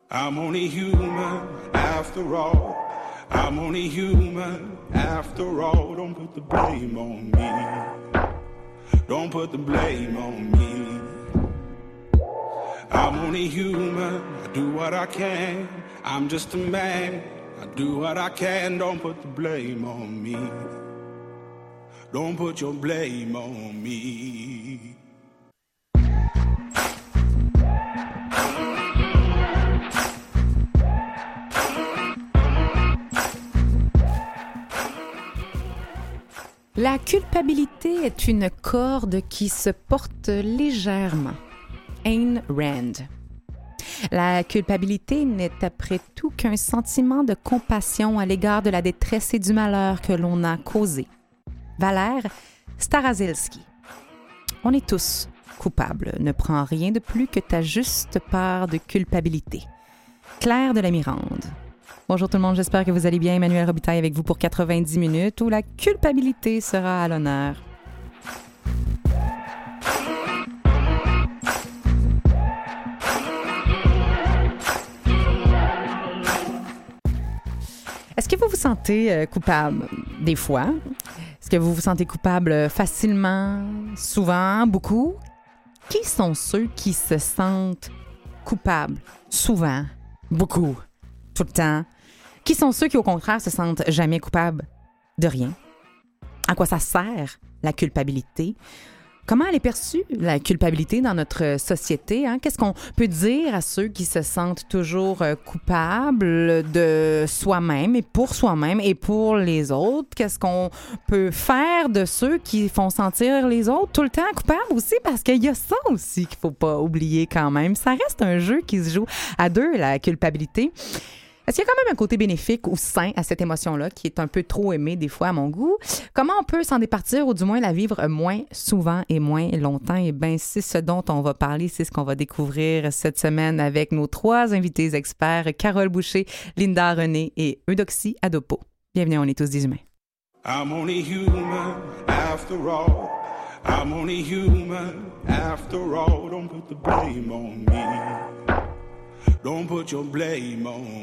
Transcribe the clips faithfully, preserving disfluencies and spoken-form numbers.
I'm only human after all. I'm only human after all. Don't put the blame on me. Don't put the blame on me. I'm only human. I do what I can. I'm just a man. I do what I can. Don't put the blame on me. Don't put your blame on me. La culpabilité est une corde qui se porte légèrement. Ayn Rand. La culpabilité n'est après tout qu'un sentiment de compassion à l'égard de la détresse et du malheur que l'on a causé. Valère Starazelski. On est tous coupables. Ne prends rien de plus que ta juste part de culpabilité. Claire de la Mirande. Bonjour tout le monde, j'espère que vous allez bien. Emmanuel Robitaille avec vous pour quatre-vingt-dix minutes où la culpabilité sera à l'honneur. Est-ce que vous vous sentez euh, coupable des fois? Est-ce que vous vous sentez coupable facilement, souvent, beaucoup? Qui sont ceux qui se sentent coupables souvent, beaucoup, tout le temps? Qui sont ceux qui, au contraire, se sentent jamais coupables de rien? À quoi ça sert, la culpabilité? Comment elle est perçue, la culpabilité, dans notre société? Hein? Qu'est-ce qu'on peut dire à ceux qui se sentent toujours coupables de soi-même et pour soi-même et pour les autres? Qu'est-ce qu'on peut faire de ceux qui font sentir les autres tout le temps coupables aussi? Parce qu'il y a ça aussi qu'il ne faut pas oublier quand même. Ça reste un jeu qui se joue à deux, la culpabilité. Est-ce qu'il y a quand même un côté bénéfique ou sain à cette émotion-là qui est un peu trop aimée des fois à mon goût? Comment on peut s'en départir ou du moins la vivre moins souvent et moins longtemps? Eh bien, c'est ce dont on va parler, c'est ce qu'on va découvrir cette semaine avec nos trois invités experts, Carole Boucher, Linda René et Eudoxie Adopo. Bienvenue, on est tous des humains. I'm only human after all. I'm only human after all. Don't put the blame on me. Don't put your blame on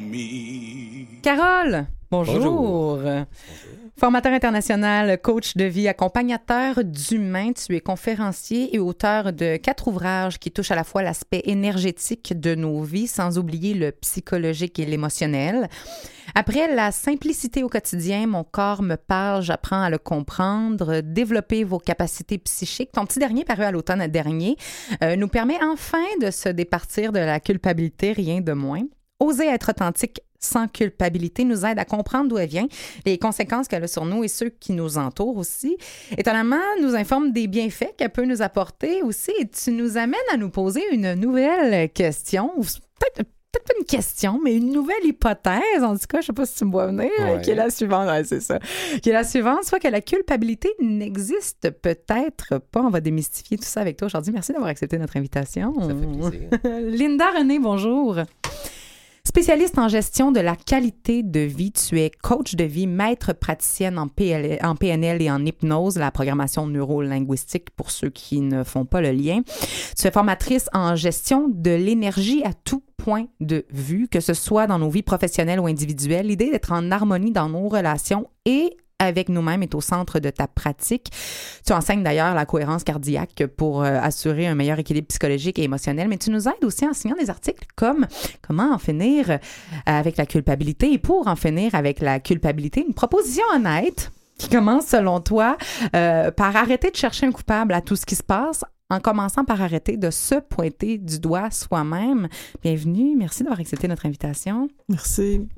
me. Carole, bonjour. bonjour. Bonjour. Formateur international, coach de vie, accompagnateur d'humains. Tu es conférencier et auteur de quatre ouvrages qui touchent à la fois l'aspect énergétique de nos vies, sans oublier le psychologique et l'émotionnel. Après la simplicité au quotidien, mon corps me parle, j'apprends à le comprendre, développer vos capacités psychiques. Ton petit dernier, paru à l'automne dernier, euh, nous permet enfin de se départir de la culpabilité, rien de moins. Oser être authentique sans culpabilité nous aide à comprendre d'où elle vient, les conséquences qu'elle a sur nous et ceux qui nous entourent aussi. Étonnamment, nous informe des bienfaits qu'elle peut nous apporter aussi. Et tu nous amènes à nous poser une nouvelle question, ou peut-être peut-être pas une question, mais une nouvelle hypothèse, en tout cas, je ne sais pas si tu me vois venir, ouais. qui est la suivante, ouais, c'est ça, qui est la suivante, soit que la culpabilité n'existe peut-être pas. On va démystifier tout ça avec toi aujourd'hui. Merci d'avoir accepté notre invitation. Ça fait plaisir. Linda René, bonjour. Spécialiste en gestion de la qualité de vie, tu es coach de vie, maître praticienne en, P L, en P N L et en hypnose, la programmation neuro-linguistique pour ceux qui ne font pas le lien. Tu es formatrice en gestion de l'énergie à tout point de vue, que ce soit dans nos vies professionnelles ou individuelles. L'idée d'être en harmonie dans nos relations et avec nous-mêmes est au centre de ta pratique. Tu enseignes d'ailleurs la cohérence cardiaque pour euh, assurer un meilleur équilibre psychologique et émotionnel, mais tu nous aides aussi en signant des articles comme « Comment en finir euh, avec la culpabilité » et « Pour en finir avec la culpabilité », une proposition honnête qui commence, selon toi, euh, par arrêter de chercher un coupable à tout ce qui se passe, en commençant par arrêter de se pointer du doigt soi-même. Bienvenue, merci d'avoir accepté notre invitation. Merci.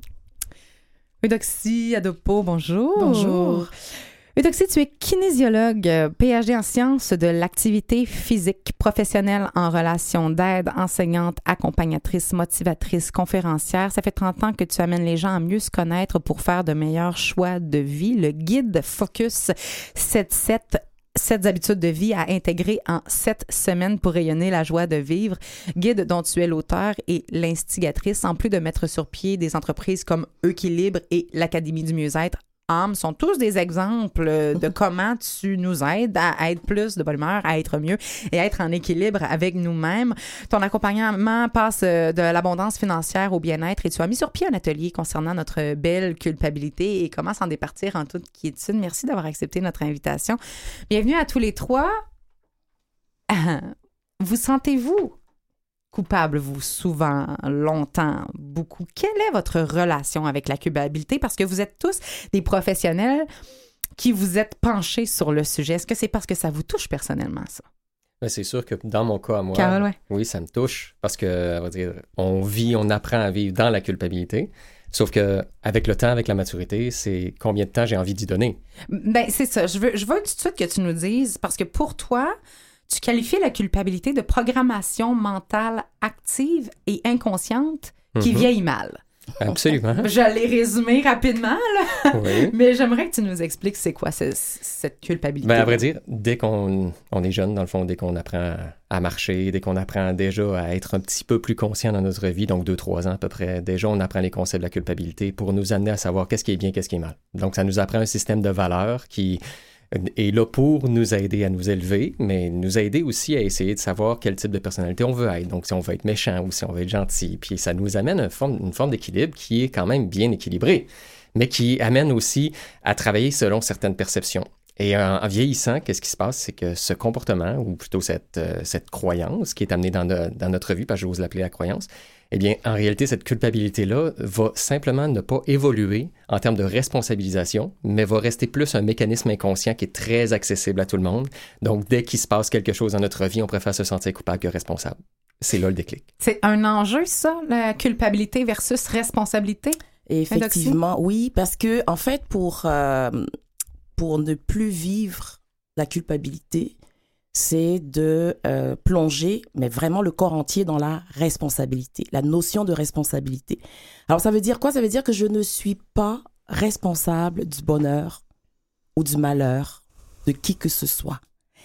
Eudoxie Adopo, bonjour. Bonjour. Eudoxie, tu es kinésiologue, P H D en sciences de l'activité physique, professionnelle en relations d'aide, enseignante, accompagnatrice, motivatrice, conférencière. Ça fait trente ans que tu amènes les gens à mieux se connaître pour faire de meilleurs choix de vie. Le guide Focus sept sept Sept habitudes de vie à intégrer en sept semaines pour rayonner la joie de vivre. Guide dont tu es l'auteur et l'instigatrice, en plus de mettre sur pied des entreprises comme Euquilibre et l'Académie du mieux-être âme sont tous des exemples de comment tu nous aides à être plus de bonne humeur, à être mieux et à être en équilibre avec nous-mêmes. Ton accompagnement passe de l'abondance financière au bien-être et tu as mis sur pied un atelier concernant notre belle culpabilité et comment s'en départir en toute quiétude. Merci d'avoir accepté notre invitation. Bienvenue à tous les trois. Vous sentez-vous coupable, vous, souvent, longtemps, beaucoup? Quelle est votre relation avec la culpabilité? Parce que vous êtes tous des professionnels qui vous êtes penchés sur le sujet. Est-ce que c'est parce que ça vous touche personnellement, ça? Ben, c'est sûr que dans mon cas à moi, Carole, ouais. oui, ça me touche parce que, on va dire, on vit, on apprend à vivre dans la culpabilité. Sauf que avec le temps, avec la maturité, c'est combien de temps j'ai envie d'y donner? Ben c'est ça. Je veux, je veux tout de suite que tu nous dises, parce que pour toi, tu qualifies la culpabilité de programmation mentale active et inconsciente qui mm-hmm. vieillit mal. Absolument. Je l'ai résumé rapidement, là. Oui. Mais j'aimerais que tu nous expliques c'est quoi ce, cette culpabilité. Ben, à vrai dire, dès qu'on on est jeune, dans le fond, dès qu'on apprend à marcher, dès qu'on apprend déjà à être un petit peu plus conscient dans notre vie, donc deux, trois ans à peu près, déjà on apprend les concepts de la culpabilité pour nous amener à savoir qu'est-ce qui est bien, qu'est-ce qui est mal. Donc ça nous apprend un système de valeurs qui est là pour nous aider à nous élever, mais nous aider aussi à essayer de savoir quel type de personnalité on veut être. Donc, si on veut être méchant ou si on veut être gentil. Puis ça nous amène une forme, une forme d'équilibre qui est quand même bien équilibrée, mais qui amène aussi à travailler selon certaines perceptions. Et en, en vieillissant, qu'est-ce qui se passe? C'est que ce comportement, ou plutôt cette, euh, cette croyance qui est amenée dans, de, dans notre vie, parce que j'ose l'appeler la croyance, eh bien, en réalité, cette culpabilité-là va simplement ne pas évoluer en termes de responsabilisation, mais va rester plus un mécanisme inconscient qui est très accessible à tout le monde. Donc, dès qu'il se passe quelque chose dans notre vie, on préfère se sentir coupable que responsable. C'est là le déclic. C'est un enjeu, ça, la culpabilité versus responsabilité? Effectivement, Indoxie? Oui, parce que, en fait, pour, euh, pour ne plus vivre la culpabilité, c'est de euh, plonger, mais vraiment le corps entier dans la responsabilité, la notion de responsabilité. Alors, ça veut dire quoi? Ça veut dire que je ne suis pas responsable du bonheur ou du malheur de qui que ce soit.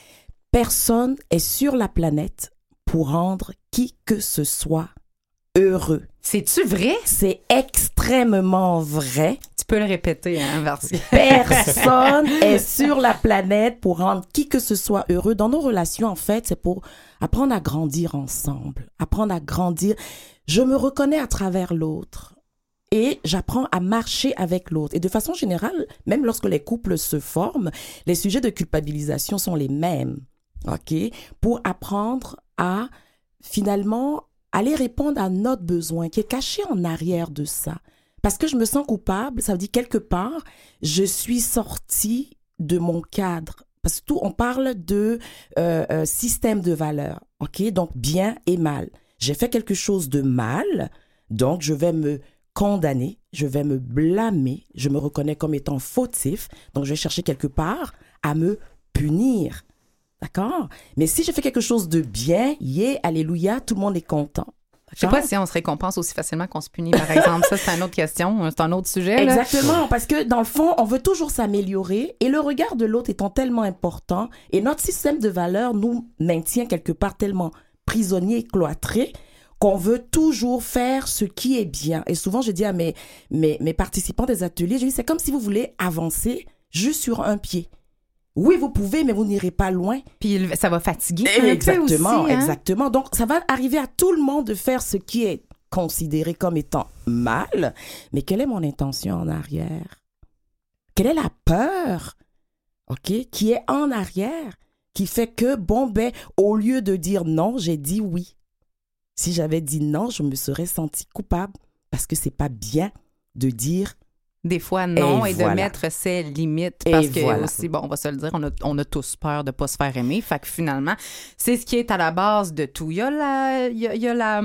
Personne est sur la planète pour rendre qui que ce soit heureux. C'est-tu vrai? C'est extrêmement vrai. Tu peux le répéter, hein, Marcy? Personne est sur la planète pour rendre qui que ce soit heureux. Dans nos relations, en fait, c'est pour apprendre à grandir ensemble, apprendre à grandir. Je me reconnais à travers l'autre et j'apprends à marcher avec l'autre. Et de façon générale, même lorsque les couples se forment, les sujets de culpabilisation sont les mêmes, OK? Pour apprendre à, finalement, aller répondre à notre besoin qui est caché en arrière de ça. Parce que je me sens coupable, ça veut dire quelque part, je suis sortie de mon cadre. Parce que tout, on parle de euh, euh, système de valeurs, OK? Donc, bien et mal. J'ai fait quelque chose de mal, donc je vais me condamner, je vais me blâmer, je me reconnais comme étant fautif, donc je vais chercher quelque part à me punir. D'accord? Mais si je fais quelque chose de bien, yeah, alléluia, tout le monde est content. Je sais pas si on se récompense aussi facilement qu'on se punit, par exemple. Ça, c'est une autre question, c'est un autre sujet. Là. Exactement, parce que dans le fond, on veut toujours s'améliorer et le regard de l'autre étant tellement important et notre système de valeurs nous maintient quelque part tellement prisonniers, cloîtrés, qu'on veut toujours faire ce qui est bien. Et souvent, je dis à mes, mes, mes participants des ateliers, je dis, c'est comme si vous voulez avancer juste sur un pied. Oui, vous pouvez, mais vous n'irez pas loin. Puis ça va fatiguer. Exactement, aussi, hein? exactement. Donc, ça va arriver à tout le monde de faire ce qui est considéré comme étant mal. Mais quelle est mon intention en arrière? Quelle est la peur, OK, qui est en arrière, qui fait que, bon, ben, au lieu de dire non, j'ai dit oui. Si j'avais dit non, je me serais sentie coupable parce que c'est pas bien de dire des fois, non, et, et voilà. de mettre ses limites. Parce et que voilà. aussi, bon, on va se le dire, on a, on a tous peur de ne pas se faire aimer. Fait que finalement, c'est ce qui est à la base de tout. Il y a la, il y a, il y a la,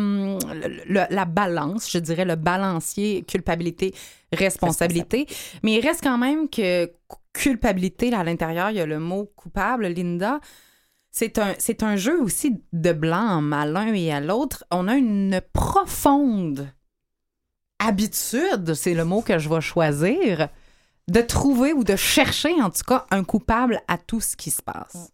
le, la balance, je dirais, le balancier culpabilité, responsabilité. Mais il reste quand même que culpabilité, là, à l'intérieur, il y a le mot coupable, Linda. C'est un, c'est un jeu aussi de blanc à l'un et à l'autre. On a une profonde habitude, c'est le mot que je vais choisir, de trouver ou de chercher, en tout cas, un coupable à tout ce qui se passe.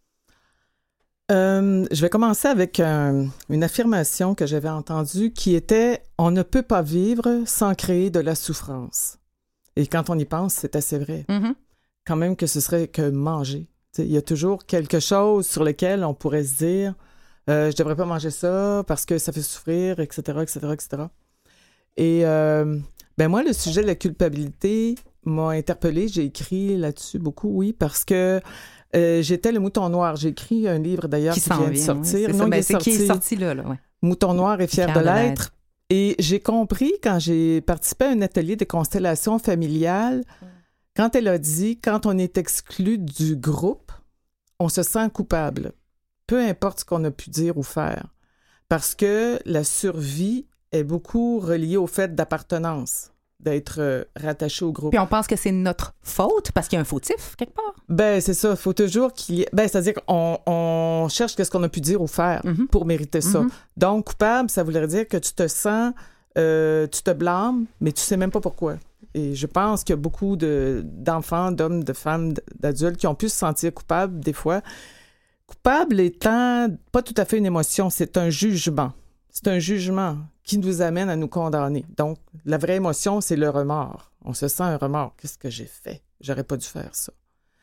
Euh, je vais commencer avec un, une affirmation que j'avais entendue qui était « On ne peut pas vivre sans créer de la souffrance ». Et quand on y pense, c'est assez vrai. Mm-hmm. Quand même que ce serait que manger. Il y a toujours quelque chose sur lequel on pourrait se dire euh, « je devrais pas manger ça parce que ça fait souffrir, et cetera, et cetera, et cetera » Et euh, ben moi, le sujet de la culpabilité m'a interpellée. J'ai écrit là-dessus beaucoup, oui, parce que euh, j'étais le mouton noir. J'ai écrit un livre, d'ailleurs, qui, qui vient de sortir. Oui, c'est non, ça. Ben, il est c'est sorti, qui est sorti là, là, ouais. Mouton noir et fier, fier de, de l'être. l'être. Et j'ai compris, quand j'ai participé à un atelier de constellation familiale, mm. quand elle a dit « quand on est exclu du groupe, on se sent coupable, peu importe ce qu'on a pu dire ou faire, parce que la survie est beaucoup reliée au fait d'appartenance, d'être euh, rattaché au groupe. » Puis on pense que c'est notre faute parce qu'il y a un fautif quelque part. Ben c'est ça, il faut toujours qu'il y ait... Ben c'est-à-dire qu'on on cherche ce qu'on a pu dire ou faire mm-hmm. pour mériter ça. Mm-hmm. Donc coupable, ça voudrait dire que tu te sens, euh, tu te blâmes, mais tu sais même pas pourquoi. Et je pense qu'il y a beaucoup de, d'enfants, d'hommes, de femmes, d'adultes qui ont pu se sentir coupables des fois. Coupable étant pas tout à fait une émotion, c'est un jugement. C'est un jugement qui nous amène à nous condamner. Donc, la vraie émotion, c'est le remords. On se sent un remords. Qu'est-ce que j'ai fait? J'aurais pas dû faire ça.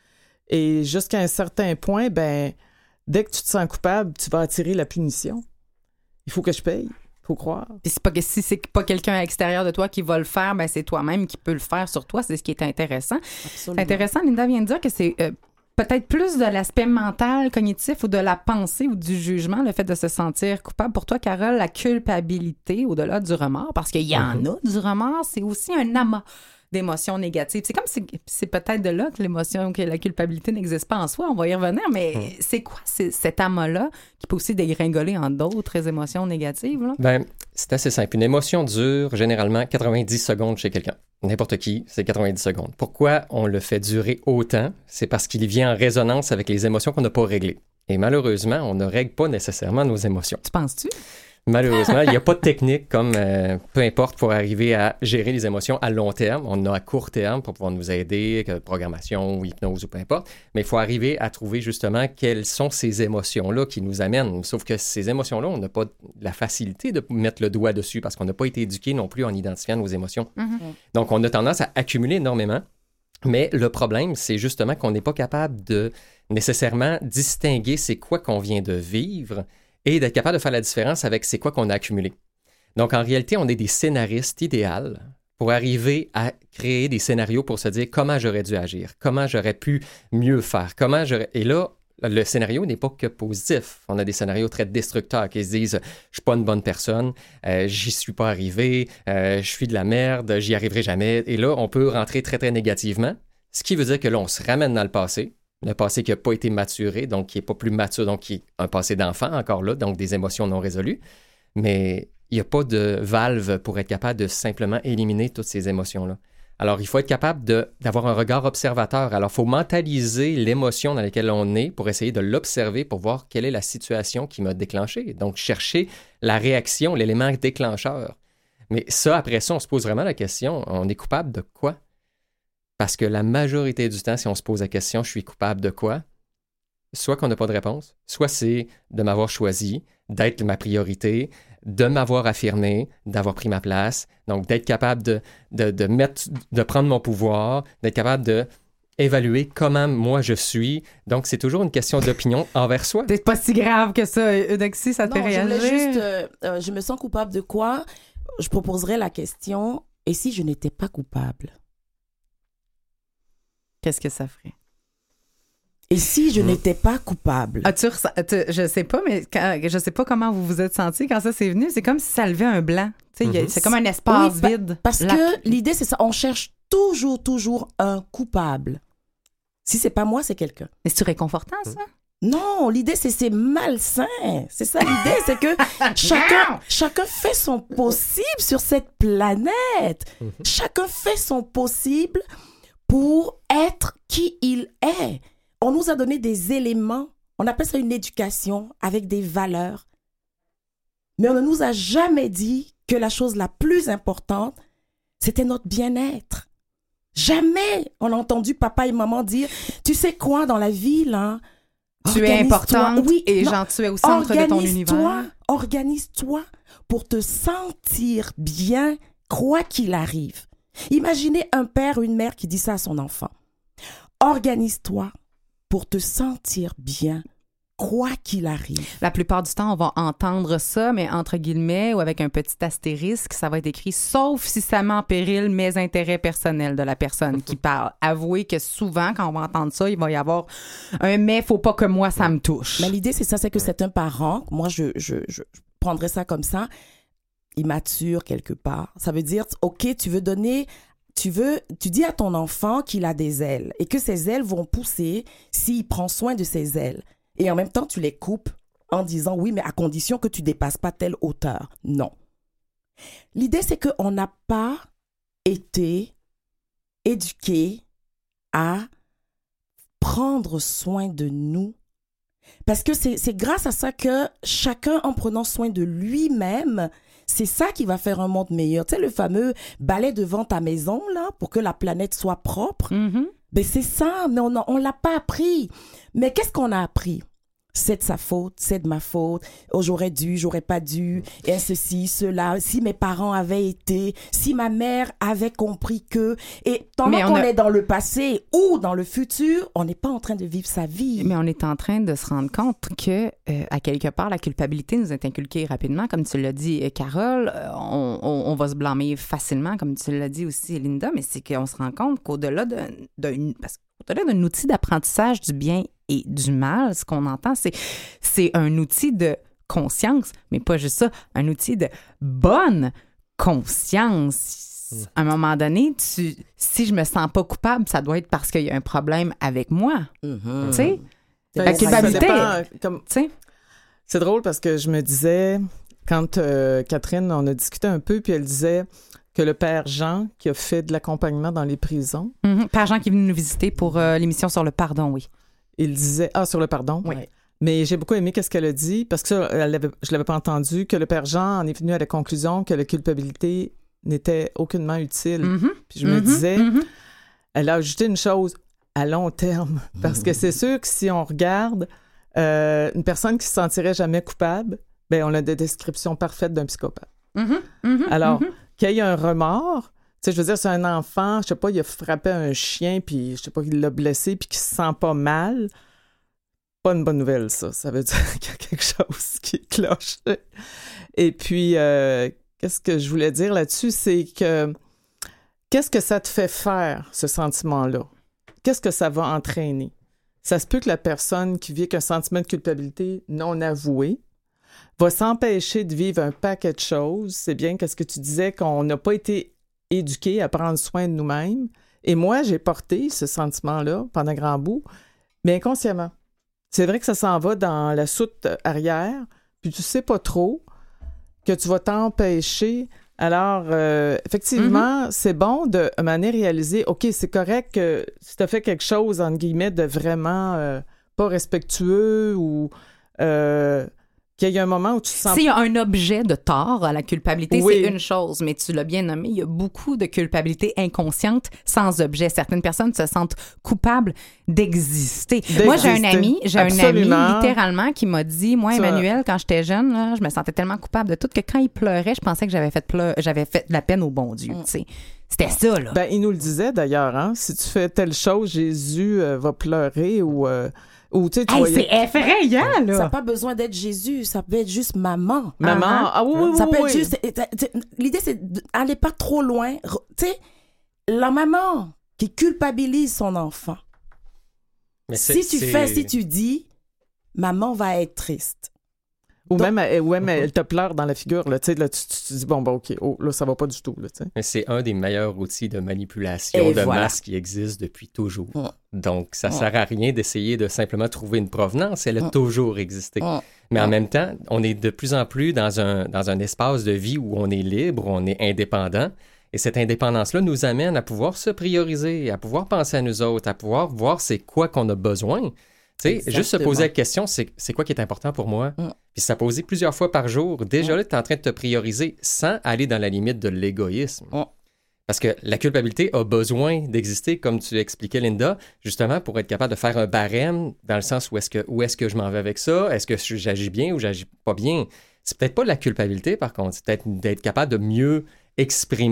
Et jusqu'à un certain point, ben, dès que tu te sens coupable, tu vas attirer la punition. Il faut que je paye. Faut croire. Puis c'est pas que si c'est pas quelqu'un à l'extérieur de toi qui va le faire, ben c'est toi-même qui peux le faire sur toi. C'est ce qui est intéressant. Absolument. C'est intéressant, Linda vient de dire que c'est euh, peut-être plus de l'aspect mental, cognitif ou de la pensée ou du jugement, le fait de se sentir coupable. Pour toi, Carole, la culpabilité au-delà du remords, parce qu'il y en a du remords, c'est aussi un amas d'émotions négatives. C'est comme si c'est peut-être de là que l'émotion, que la culpabilité n'existe pas en soi. On va y revenir, mais mmh. c'est quoi c'est, cet amas-là qui peut aussi dégringoler en d'autres émotions négatives? Là? Ben, c'est assez simple. Une émotion dure généralement quatre-vingt-dix secondes chez quelqu'un. N'importe qui, c'est quatre-vingt-dix secondes. Pourquoi on le fait durer autant? C'est parce qu'il vient en résonance avec les émotions qu'on n'a pas réglées. Et malheureusement, on ne règle pas nécessairement nos émotions. Tu penses-tu? Malheureusement, il n'y a pas de technique comme, euh, peu importe, pour arriver à gérer les émotions à long terme. On en a à court terme pour pouvoir nous aider, que programmation ou hypnose ou peu importe. Mais il faut arriver à trouver justement quelles sont ces émotions-là qui nous amènent. Sauf que ces émotions-là, on n'a pas la facilité de mettre le doigt dessus parce qu'on n'a pas été éduqué non plus en identifiant nos émotions. Mm-hmm. Donc, on a tendance à accumuler énormément. Mais le problème, c'est justement qu'on n'est pas capable de nécessairement distinguer c'est quoi qu'on vient de vivre et d'être capable de faire la différence avec c'est quoi qu'on a accumulé. Donc, en réalité, on est des scénaristes idéaux pour arriver à créer des scénarios pour se dire comment j'aurais dû agir, comment j'aurais pu mieux faire, comment j'aurais... Et là, le scénario n'est pas que positif. On a des scénarios très destructeurs qui se disent « je suis pas une bonne personne, euh, j'y suis pas arrivé, euh, je suis de la merde, j'y arriverai jamais ». Et là, on peut rentrer très, très négativement, ce qui veut dire que là, on se ramène dans le passé, le passé qui n'a pas été maturé, donc qui n'est pas plus mature, donc qui est un passé d'enfant encore là, donc des émotions non résolues. Mais il n'y a pas de valve pour être capable de simplement éliminer toutes ces émotions-là. Alors, il faut être capable de, d'avoir un regard observateur. Alors, il faut mentaliser l'émotion dans laquelle on est pour essayer de l'observer, pour voir quelle est la situation qui m'a déclenché. Donc, chercher la réaction, l'élément déclencheur. Mais ça, après ça, on se pose vraiment la question, on est coupable de quoi? Parce que la majorité du temps, si on se pose la question, je suis coupable de quoi? Soit qu'on n'a pas de réponse, soit c'est de m'avoir choisi, d'être ma priorité, de m'avoir affirmé, d'avoir pris ma place, donc d'être capable de, de, de, mettre, de prendre mon pouvoir, d'être capable de évaluer comment moi je suis. Donc, c'est toujours une question d'opinion envers soi. C'est pas si grave que ça, Eudoxie, ça te non, fait réagir. Je voulais juste, euh, euh, je me sens coupable de quoi? Je proposerais la question, et si je n'étais pas coupable? Qu'est-ce que ça ferait? Et si je mmh. n'étais pas coupable? Ah, tu, tu, je sais pas, mais quand, je sais pas comment vous vous êtes senti quand ça s'est venu. C'est comme si ça levait un blanc. Tu sais, mmh. c'est comme un espace oui, vide. Parce là. que l'idée, c'est ça. On cherche toujours, toujours un coupable. Si c'est pas moi, c'est quelqu'un. Mais c'est réconfortant, ça? Non, l'idée, c'est c'est malsain. C'est ça l'idée, c'est que chacun, chacun fait son possible sur cette planète. Mmh. Chacun fait son possible pour être qui il est. On nous a donné des éléments, on appelle ça une éducation avec des valeurs. Mais on ne nous a jamais dit que la chose la plus importante, c'était notre bien-être. Jamais on a entendu papa et maman dire, tu sais quoi, dans la vie, là, tu es importante oui, et non, genre, tu es au centre de ton univers. Organise-toi pour te sentir bien, quoi qu'il arrive. Imaginez un père ou une mère qui dit ça à son enfant. Organise-toi pour te sentir bien, quoi qu'il arrive. La plupart du temps, on va entendre ça, mais entre guillemets ou avec un petit astérisque, ça va être écrit « sauf si ça met en péril mes intérêts personnels de la personne qui parle ». Avouez que souvent, quand on va entendre ça, il va y avoir un « mais faut pas que moi, ça me touche ». Mais l'idée, c'est ça, c'est que c'est un parent, moi, je, je, je prendrais ça comme ça, immature quelque part. Ça veut dire, OK, tu veux donner... Tu veux, tu dis à ton enfant qu'il a des ailes et que ses ailes vont pousser s'il prend soin de ses ailes. Et en même temps, tu les coupes en disant oui, mais à condition que tu dépasses pas telle hauteur. Non. L'idée, c'est qu'on n'a pas été éduqués à prendre soin de nous. Parce que c'est, c'est grâce à ça que chacun, en prenant soin de lui-même, c'est ça qui va faire un monde meilleur. Tu sais, le fameux balai devant ta maison, là, pour que la planète soit propre. Mm-hmm. Ben, c'est ça, mais on ne l'a pas appris. Mais qu'est-ce qu'on a appris? C'est de sa faute, c'est de ma faute. Oh, j'aurais dû, j'aurais pas dû. Et ceci, cela. Si mes parents avaient été, si ma mère avait compris que. Et pendant qu'on a... est dans le passé ou dans le futur, on n'est pas en train de vivre sa vie. Mais on est en train de se rendre compte que, euh, à quelque part, la culpabilité nous est inculquée rapidement. Comme tu l'as dit, Carole, on, on, on va se blâmer facilement, comme tu l'as dit aussi, Linda, mais c'est qu'on se rend compte qu'au-delà d'un... d'un parce qu'au-delà d'un outil d'apprentissage du bien et du mal, ce qu'on entend, c'est, c'est un outil de conscience, mais pas juste ça, un outil de bonne conscience. Mmh. À un moment donné, tu, si je me sens pas coupable, ça doit être parce qu'il y a un problème avec moi. Mmh. Tu sais? Ben, la culpabilité. Comme... Tu sais? C'est drôle parce que je me disais, quand euh, Catherine, on a discuté un peu, puis elle disait que le père Jean, qui a fait de l'accompagnement dans les prisons... Mmh. Père Jean qui est venu nous visiter pour euh, l'émission sur le pardon, oui. Il disait... Ah, sur le pardon? Oui. Mais j'ai beaucoup aimé qu'est-ce qu'elle a dit, parce que ça, elle avait, je ne l'avais pas entendu, que le père Jean en est venu à la conclusion que la culpabilité n'était aucunement utile. Mm-hmm. Puis je me mm-hmm. disais, mm-hmm. elle a ajouté une chose, à long terme. Parce mm-hmm. que c'est sûr que si on regarde euh, une personne qui se sentirait jamais coupable, ben on a des descriptions parfaites d'un psychopathe. Mm-hmm. Mm-hmm. Alors, mm-hmm. qu'il y ait un remords, tu sais, je veux dire, c'est un enfant, je sais pas, il a frappé un chien, puis je sais pas, il l'a blessé, puis qu'il se sent pas mal. Pas une bonne nouvelle, ça. Ça veut dire qu'il y a quelque chose qui cloche. Et puis, euh, qu'est-ce que je voulais dire là-dessus, c'est que qu'est-ce que ça te fait faire, ce sentiment-là? Qu'est-ce que ça va entraîner? Ça se peut que la personne qui vit avec un sentiment de culpabilité non avoué va s'empêcher de vivre un paquet de choses. C'est bien qu'est-ce que tu disais, qu'on n'a pas été éduqués à prendre soin de nous-mêmes. Et moi, j'ai porté ce sentiment-là pendant un grand bout, mais inconsciemment. C'est vrai que ça s'en va dans la soute arrière, puis tu sais pas trop que tu vas t'empêcher. Alors, euh, effectivement, mm-hmm. c'est bon de, à un moment donné, réaliser, OK, c'est correct que si tu as fait quelque chose, entre guillemets, de vraiment euh, pas respectueux ou... Euh, qu'il y a un moment où tu te sens... S'il y a un objet de tort à la culpabilité, oui. c'est une chose, mais tu l'as bien nommé, il y a beaucoup de culpabilité inconsciente sans objet. Certaines personnes se sentent coupables d'exister. d'exister. Moi, j'ai un ami, j'ai Absolument. un ami littéralement qui m'a dit, moi, Emmanuel, Ça... quand j'étais jeune, là, je me sentais tellement coupable de tout que quand il pleurait, je pensais que j'avais fait, pleu... j'avais fait de la peine au bon Dieu, mm. tu sais. C'était ça, là. Ben, il nous le disait d'ailleurs, hein. Si tu fais telle chose, Jésus euh, va pleurer ou... Euh... Ou, tu sais, tu hey, voyais... C'est effrayant, là! Ça n'a pas besoin d'être Jésus, ça peut être juste maman. Maman, uh-huh. ah oui, oui, Ça oui, peut oui. être juste... L'idée, c'est d'aller pas trop loin. Tu sais, la maman qui culpabilise son enfant. Mais si tu c'est... fais, si tu dis, maman va être triste. Ou Donc, même, elle, ou même elle te pleure dans la figure, là, tu sais, là, tu, tu, tu dis, bon, ben, OK, oh, là, ça va pas du tout, là, tu sais. Mais c'est un des meilleurs outils de manipulation Et de voilà. masse qui existe depuis toujours. Mmh. Donc, ça mmh. sert à rien d'essayer de simplement trouver une provenance, elle a mmh. toujours existé. Mmh. Mais en mmh. même temps, on est de plus en plus dans un, dans un espace de vie où on est libre, où on est indépendant, et cette indépendance-là nous amène à pouvoir se prioriser, à pouvoir penser à nous autres, à pouvoir voir c'est quoi qu'on a besoin. Tu sais, juste se poser la question, c'est, c'est quoi qui est important pour moi? Mm. Puis ça poser plusieurs fois par jour. Déjà mm. là, tu es en train de te prioriser sans aller dans la limite de l'égoïsme. Mm. Parce que la culpabilité a besoin d'exister, comme tu l'expliquais, Linda, justement pour être capable de faire un barème dans le sens où est-ce que, où est-ce que je m'en vais avec ça? Est-ce que j'agis bien ou j'agis pas bien? C'est peut-être pas la culpabilité, par contre. C'est peut-être d'être capable de mieux exprimer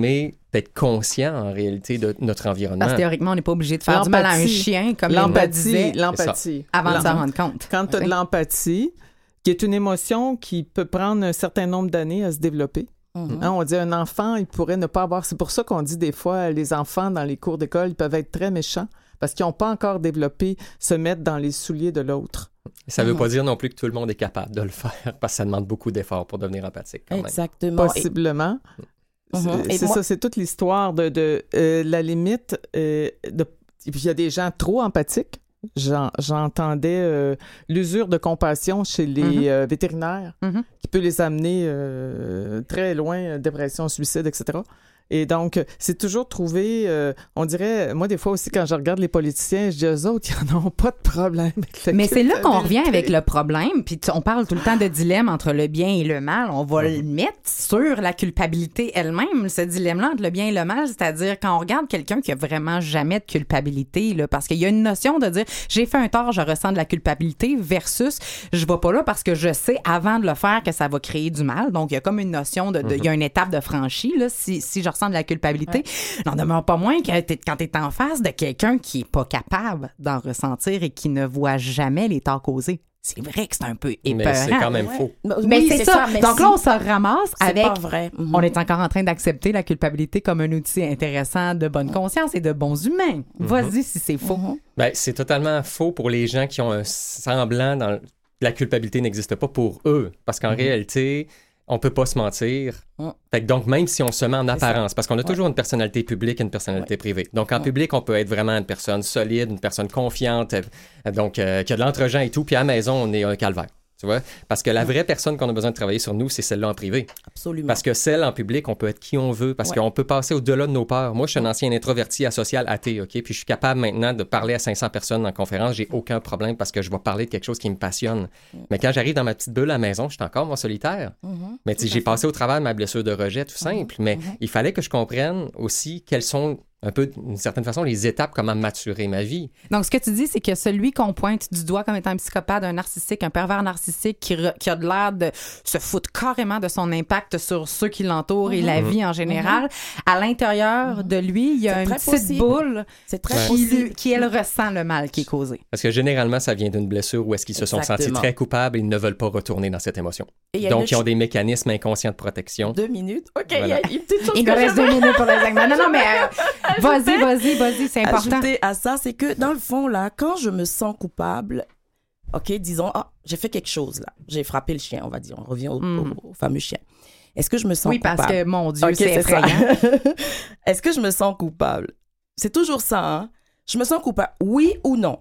d'être conscient en réalité de notre environnement. Parce que théoriquement, on n'est pas obligé de faire du mal à un chien, comme Linda disait, l'empathie. avant de s'en rendre compte. Quand tu as de l'empathie, qui est une émotion qui peut prendre un certain nombre d'années à se développer. Mm-hmm. Hein, on dit un enfant, il pourrait ne pas avoir... C'est pour ça qu'on dit des fois, les enfants dans les cours d'école, ils peuvent être très méchants parce qu'ils n'ont pas encore développé se mettre dans les souliers de l'autre. Ça ne veut mm-hmm. pas dire non plus que tout le monde est capable de le faire parce que ça demande beaucoup d'efforts pour devenir empathique quand même. Exactement. Possiblement. Et... C'est, mm-hmm. c'est moi... ça, c'est toute l'histoire de, de euh, la limite. Euh, de... Et puis il y a des gens trop empathiques. J'en, j'entendais euh, l'usure de compassion chez les mm-hmm. euh, vétérinaires mm-hmm. qui peut les amener euh, très loin, dépression, suicide, et cetera. Et donc, c'est toujours trouvé, euh, on dirait, moi, des fois aussi, quand je regarde les politiciens, je dis, eux autres, ils n'en ont pas de problème avec la Mais c'est là qu'on revient avec le problème, puis on parle tout le temps de dilemme entre le bien et le mal. On va le mettre sur la culpabilité elle-même, ce dilemme-là entre le bien et le mal, c'est-à-dire quand on regarde quelqu'un qui a vraiment jamais de culpabilité, là, parce qu'il y a une notion de dire, j'ai fait un tort, je ressens de la culpabilité, versus, je vais pas là parce que je sais, avant de le faire, que ça va créer du mal. Donc, il y a comme une notion de, de il y a une étape de franchie, là, si, si je ressens de la culpabilité, ouais. n'en demeure pas moins que t'es, quand tu es en face de quelqu'un qui n'est pas capable d'en ressentir et qui ne voit jamais les torts causés. C'est vrai que c'est un peu épeurant. Mais c'est quand même ouais. faux. Mais oui, c'est, c'est ça. ça mais Donc si... là, on se ramasse c'est avec... pas vrai. Mm-hmm. On est encore en train d'accepter la culpabilité comme un outil intéressant de bonne conscience et de bons humains. Mm-hmm. Vas-y si c'est faux. Mm-hmm. Ben, c'est totalement faux pour les gens qui ont un semblant dans... La culpabilité n'existe pas pour eux. Parce qu'en mm-hmm. réalité... On peut pas se mentir. Mm. Fait que donc, même si on se met en apparence, parce qu'on a ouais. toujours une personnalité publique et une personnalité ouais. privée. Donc, en ouais. public, on peut être vraiment une personne solide, une personne confiante, donc euh, qui a de l'entre-gens et tout, puis à la maison, on est un calvaire. Tu vois? Parce que la vraie personne qu'on a besoin de travailler sur nous, c'est celle-là en privé. Absolument. Parce que celle en public, on peut être qui on veut, parce ouais. qu'on peut passer au-delà de nos peurs. Moi, je suis un ancien introverti asocial athée, OK? Puis je suis capable maintenant de parler à cinq cents personnes en conférence. J'ai aucun problème parce que je vais parler de quelque chose qui me passionne. Mm. Mais quand j'arrive dans ma petite bulle à la maison, je suis encore mon solitaire. Mm-hmm. Mais tu sais, j'ai passé au travers de ma blessure de rejet, tout simple. Mm-hmm. Mais mm-hmm. il fallait que je comprenne aussi quelles sont... un peu, d'une certaine façon, les étapes, comment maturer ma vie. Donc, ce que tu dis, c'est que celui qu'on pointe du doigt comme étant un psychopathe, un narcissique, un pervers narcissique qui, re, qui a de l'air de se foutre carrément de son impact sur ceux qui l'entourent mm-hmm. et la vie en général, mm-hmm. à l'intérieur mm-hmm. de lui, il y a c'est une petite possible. boule c'est très qui, lui, qui, elle, ressent le mal qui est causé. Parce que généralement, ça vient d'une blessure où est-ce qu'ils se Exactement. sont sentis très coupables et ils ne veulent pas retourner dans cette émotion. Donc, ils ont ch... des mécanismes inconscients de protection. Deux minutes. OK, il voilà. y a une petite chose il que me reste je... deux minutes pour le segment. Non, non, mais euh, vas-y, vas-y. Vas-y, c'est important. Ajouter à ça, c'est que dans le fond, là, quand je me sens coupable, OK, disons, ah, j'ai fait quelque chose, là. J'ai frappé le chien, on va dire. On revient au, mm. au, au fameux chien. Est-ce que je me sens oui, coupable? Oui, parce que, mon Dieu, okay, c'est, c'est effrayant. Est-ce que je me sens coupable? C'est toujours ça, hein? Je me sens coupable, oui ou non?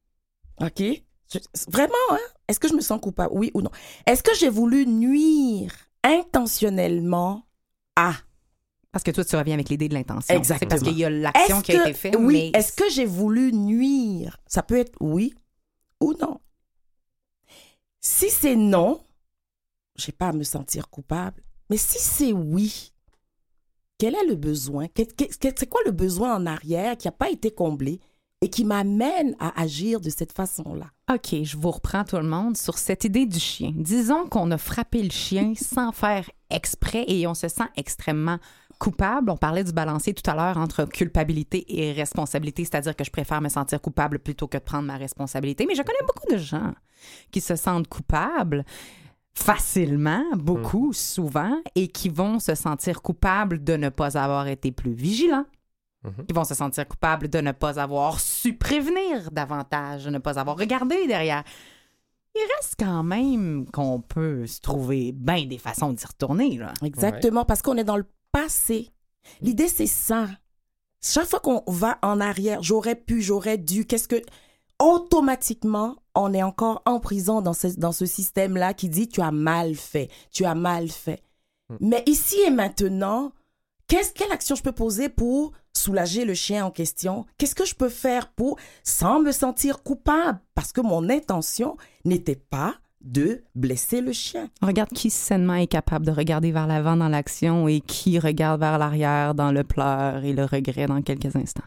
OK? Je, vraiment, hein? Est-ce que je me sens coupable, oui ou non? Est-ce que j'ai voulu nuire intentionnellement à... Parce que toi, tu reviens avec l'idée de l'intention. Exactement. C'est parce qu'il y a l'action est-ce qui a que, été faite. Oui. Mais... Est-ce que j'ai voulu nuire? Ça peut être oui ou non. Si c'est non, je n'ai pas à me sentir coupable. Mais si c'est oui, quel est le besoin? C'est quoi le besoin en arrière qui n'a pas été comblé et qui m'amène à agir de cette façon-là? OK, je vous reprends tout le monde sur cette idée du chien. Disons qu'on a frappé le chien sans faire exprès et on se sent extrêmement coupable. On parlait du balancier tout à l'heure entre culpabilité et responsabilité, c'est-à-dire que je préfère me sentir coupable plutôt que de prendre ma responsabilité. Mais je connais beaucoup de gens qui se sentent coupables facilement, beaucoup, mmh. souvent, et qui vont se sentir coupables de ne pas avoir été plus vigilants. Mm-hmm. Qui vont se sentir coupables de ne pas avoir su prévenir davantage, de ne pas avoir regardé derrière. Il reste quand même qu'on peut se trouver bien des façons d'y retourner. Là. Exactement, ouais. Parce qu'on est dans le passé. L'idée, c'est ça. Chaque fois qu'on va en arrière, j'aurais pu, j'aurais dû, qu'est-ce que... Automatiquement, on est encore en prison dans ce, dans ce système-là qui dit « tu as mal fait, tu as mal fait mm. ». Mais ici et maintenant, qu'est-ce, quelle action je peux poser pour soulager le chien en question? Qu'est-ce que je peux faire pour, sans me sentir coupable? Parce que mon intention n'était pas de blesser le chien. Regarde qui sainement est capable de regarder vers l'avant dans l'action et qui regarde vers l'arrière dans le pleur et le regret dans quelques instants.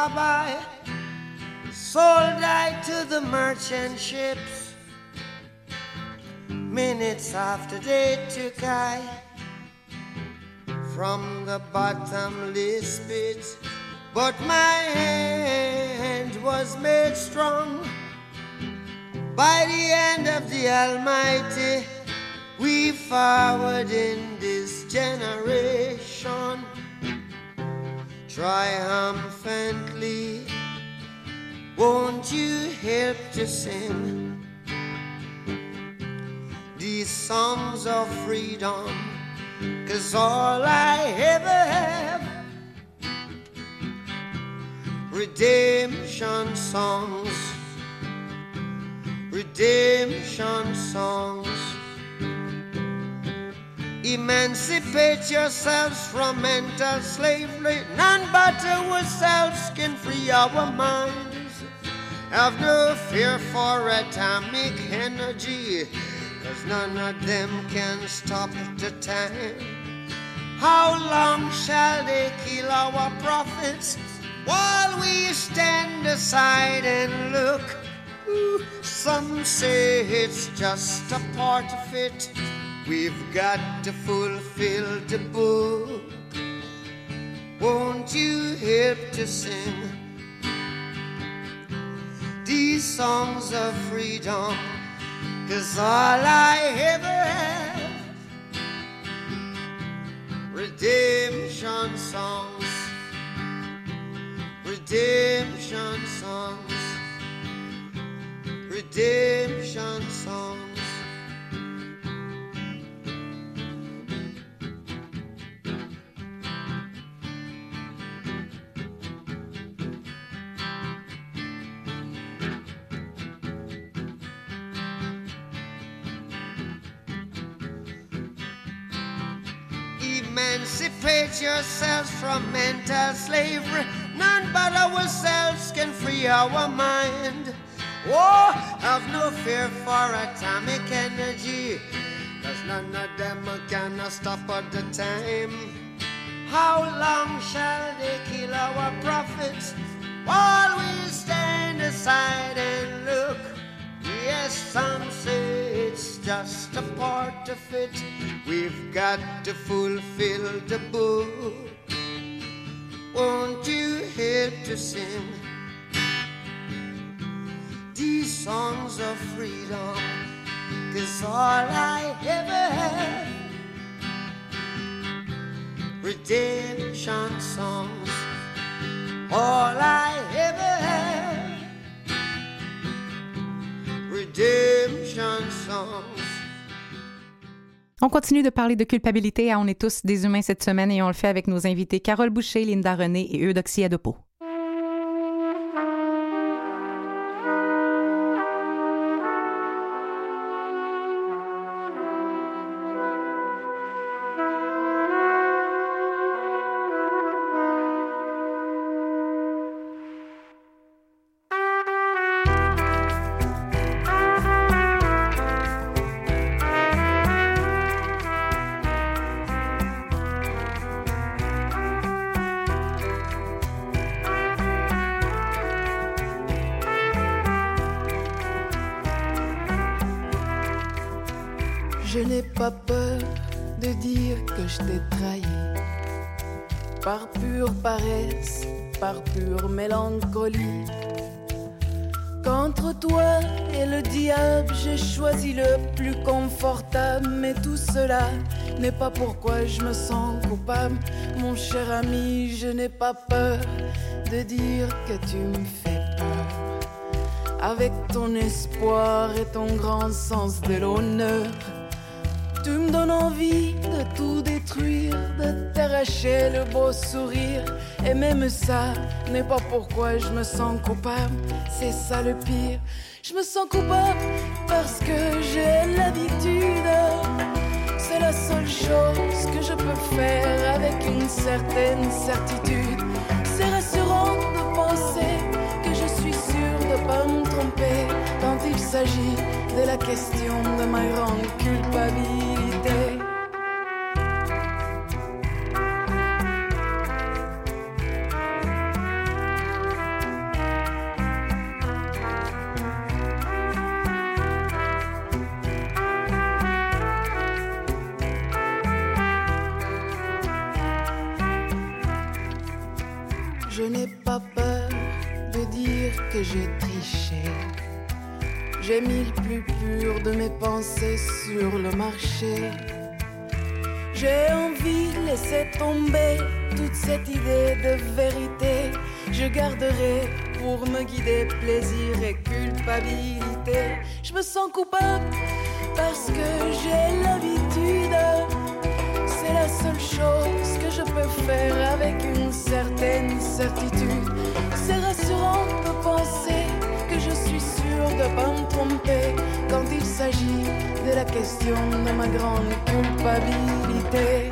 rob I, sold I to the merchant ships. Minutes after they took I from the bottomless pit, but my hand was made strong by the hand of the Almighty. We forward in this generation triumphantly. Won't you help to sing these songs of freedom? 'Cause all I ever have, redemption songs, redemption songs. Emancipate yourselves from mental slavery. None but ourselves can free our minds. Have no fear for atomic energy, 'cause none of them can stop the time. How long shall they kill our prophets while we stand aside and look? Ooh, some say it's just a part of it. We've got to fulfill the book. Won't you help to sing these songs of freedom? 'Cause all I ever have, redemption songs, redemption songs, redemption songs. Emancipate yourselves from mental slavery. None but ourselves can free our mind. Oh, have no fear for atomic energy, 'cause none of them can stop at the time. How long shall they kill our prophets while we stand aside and look? Yes, some say it's just a part of it. We've got to fulfill the book. Won't you help to sing these songs of freedom? 'Cause all I ever have, redemption songs. All I ever have, redemption songs. On continue de parler de culpabilité à On est tous des humains cette semaine et on le fait avec nos invités Carole Boucher, Linda René et Eudoxie Adopo. Je n'ai pas peur de dire que je t'ai trahi, par pure paresse, par pure mélancolie. Qu'entre toi et le diable, j'ai choisi le plus confortable. Mais tout cela n'est pas pourquoi je me sens coupable. Mon cher ami, je n'ai pas peur de dire que tu me fais peur. Avec ton espoir et ton grand sens de l'honneur, tu me donnes envie de tout détruire, de t'arracher le beau sourire. Et même ça n'est pas pourquoi je me sens coupable, c'est ça le pire. Je me sens coupable parce que j'ai l'habitude. C'est la seule chose que je peux faire avec une certaine certitude. C'est rassurant de penser que je suis sûre de pas me tromper quand il s'agit de la question de ma grande culpabilité. Je n'ai pas peur de dire que j'ai triché. J'ai mis le plus pur de mes pensées sur le marché. J'ai envie de laisser tomber toute cette idée de vérité. Je garderai pour me guider plaisir et culpabilité. Je me sens coupable parce que j'ai l'habitude. C'est la seule chose que je peux faire avec une certaine certitude. C'est rassurant de penser que je suis sûre de pas me tromper quand il s'agit de la question de ma grande culpabilité.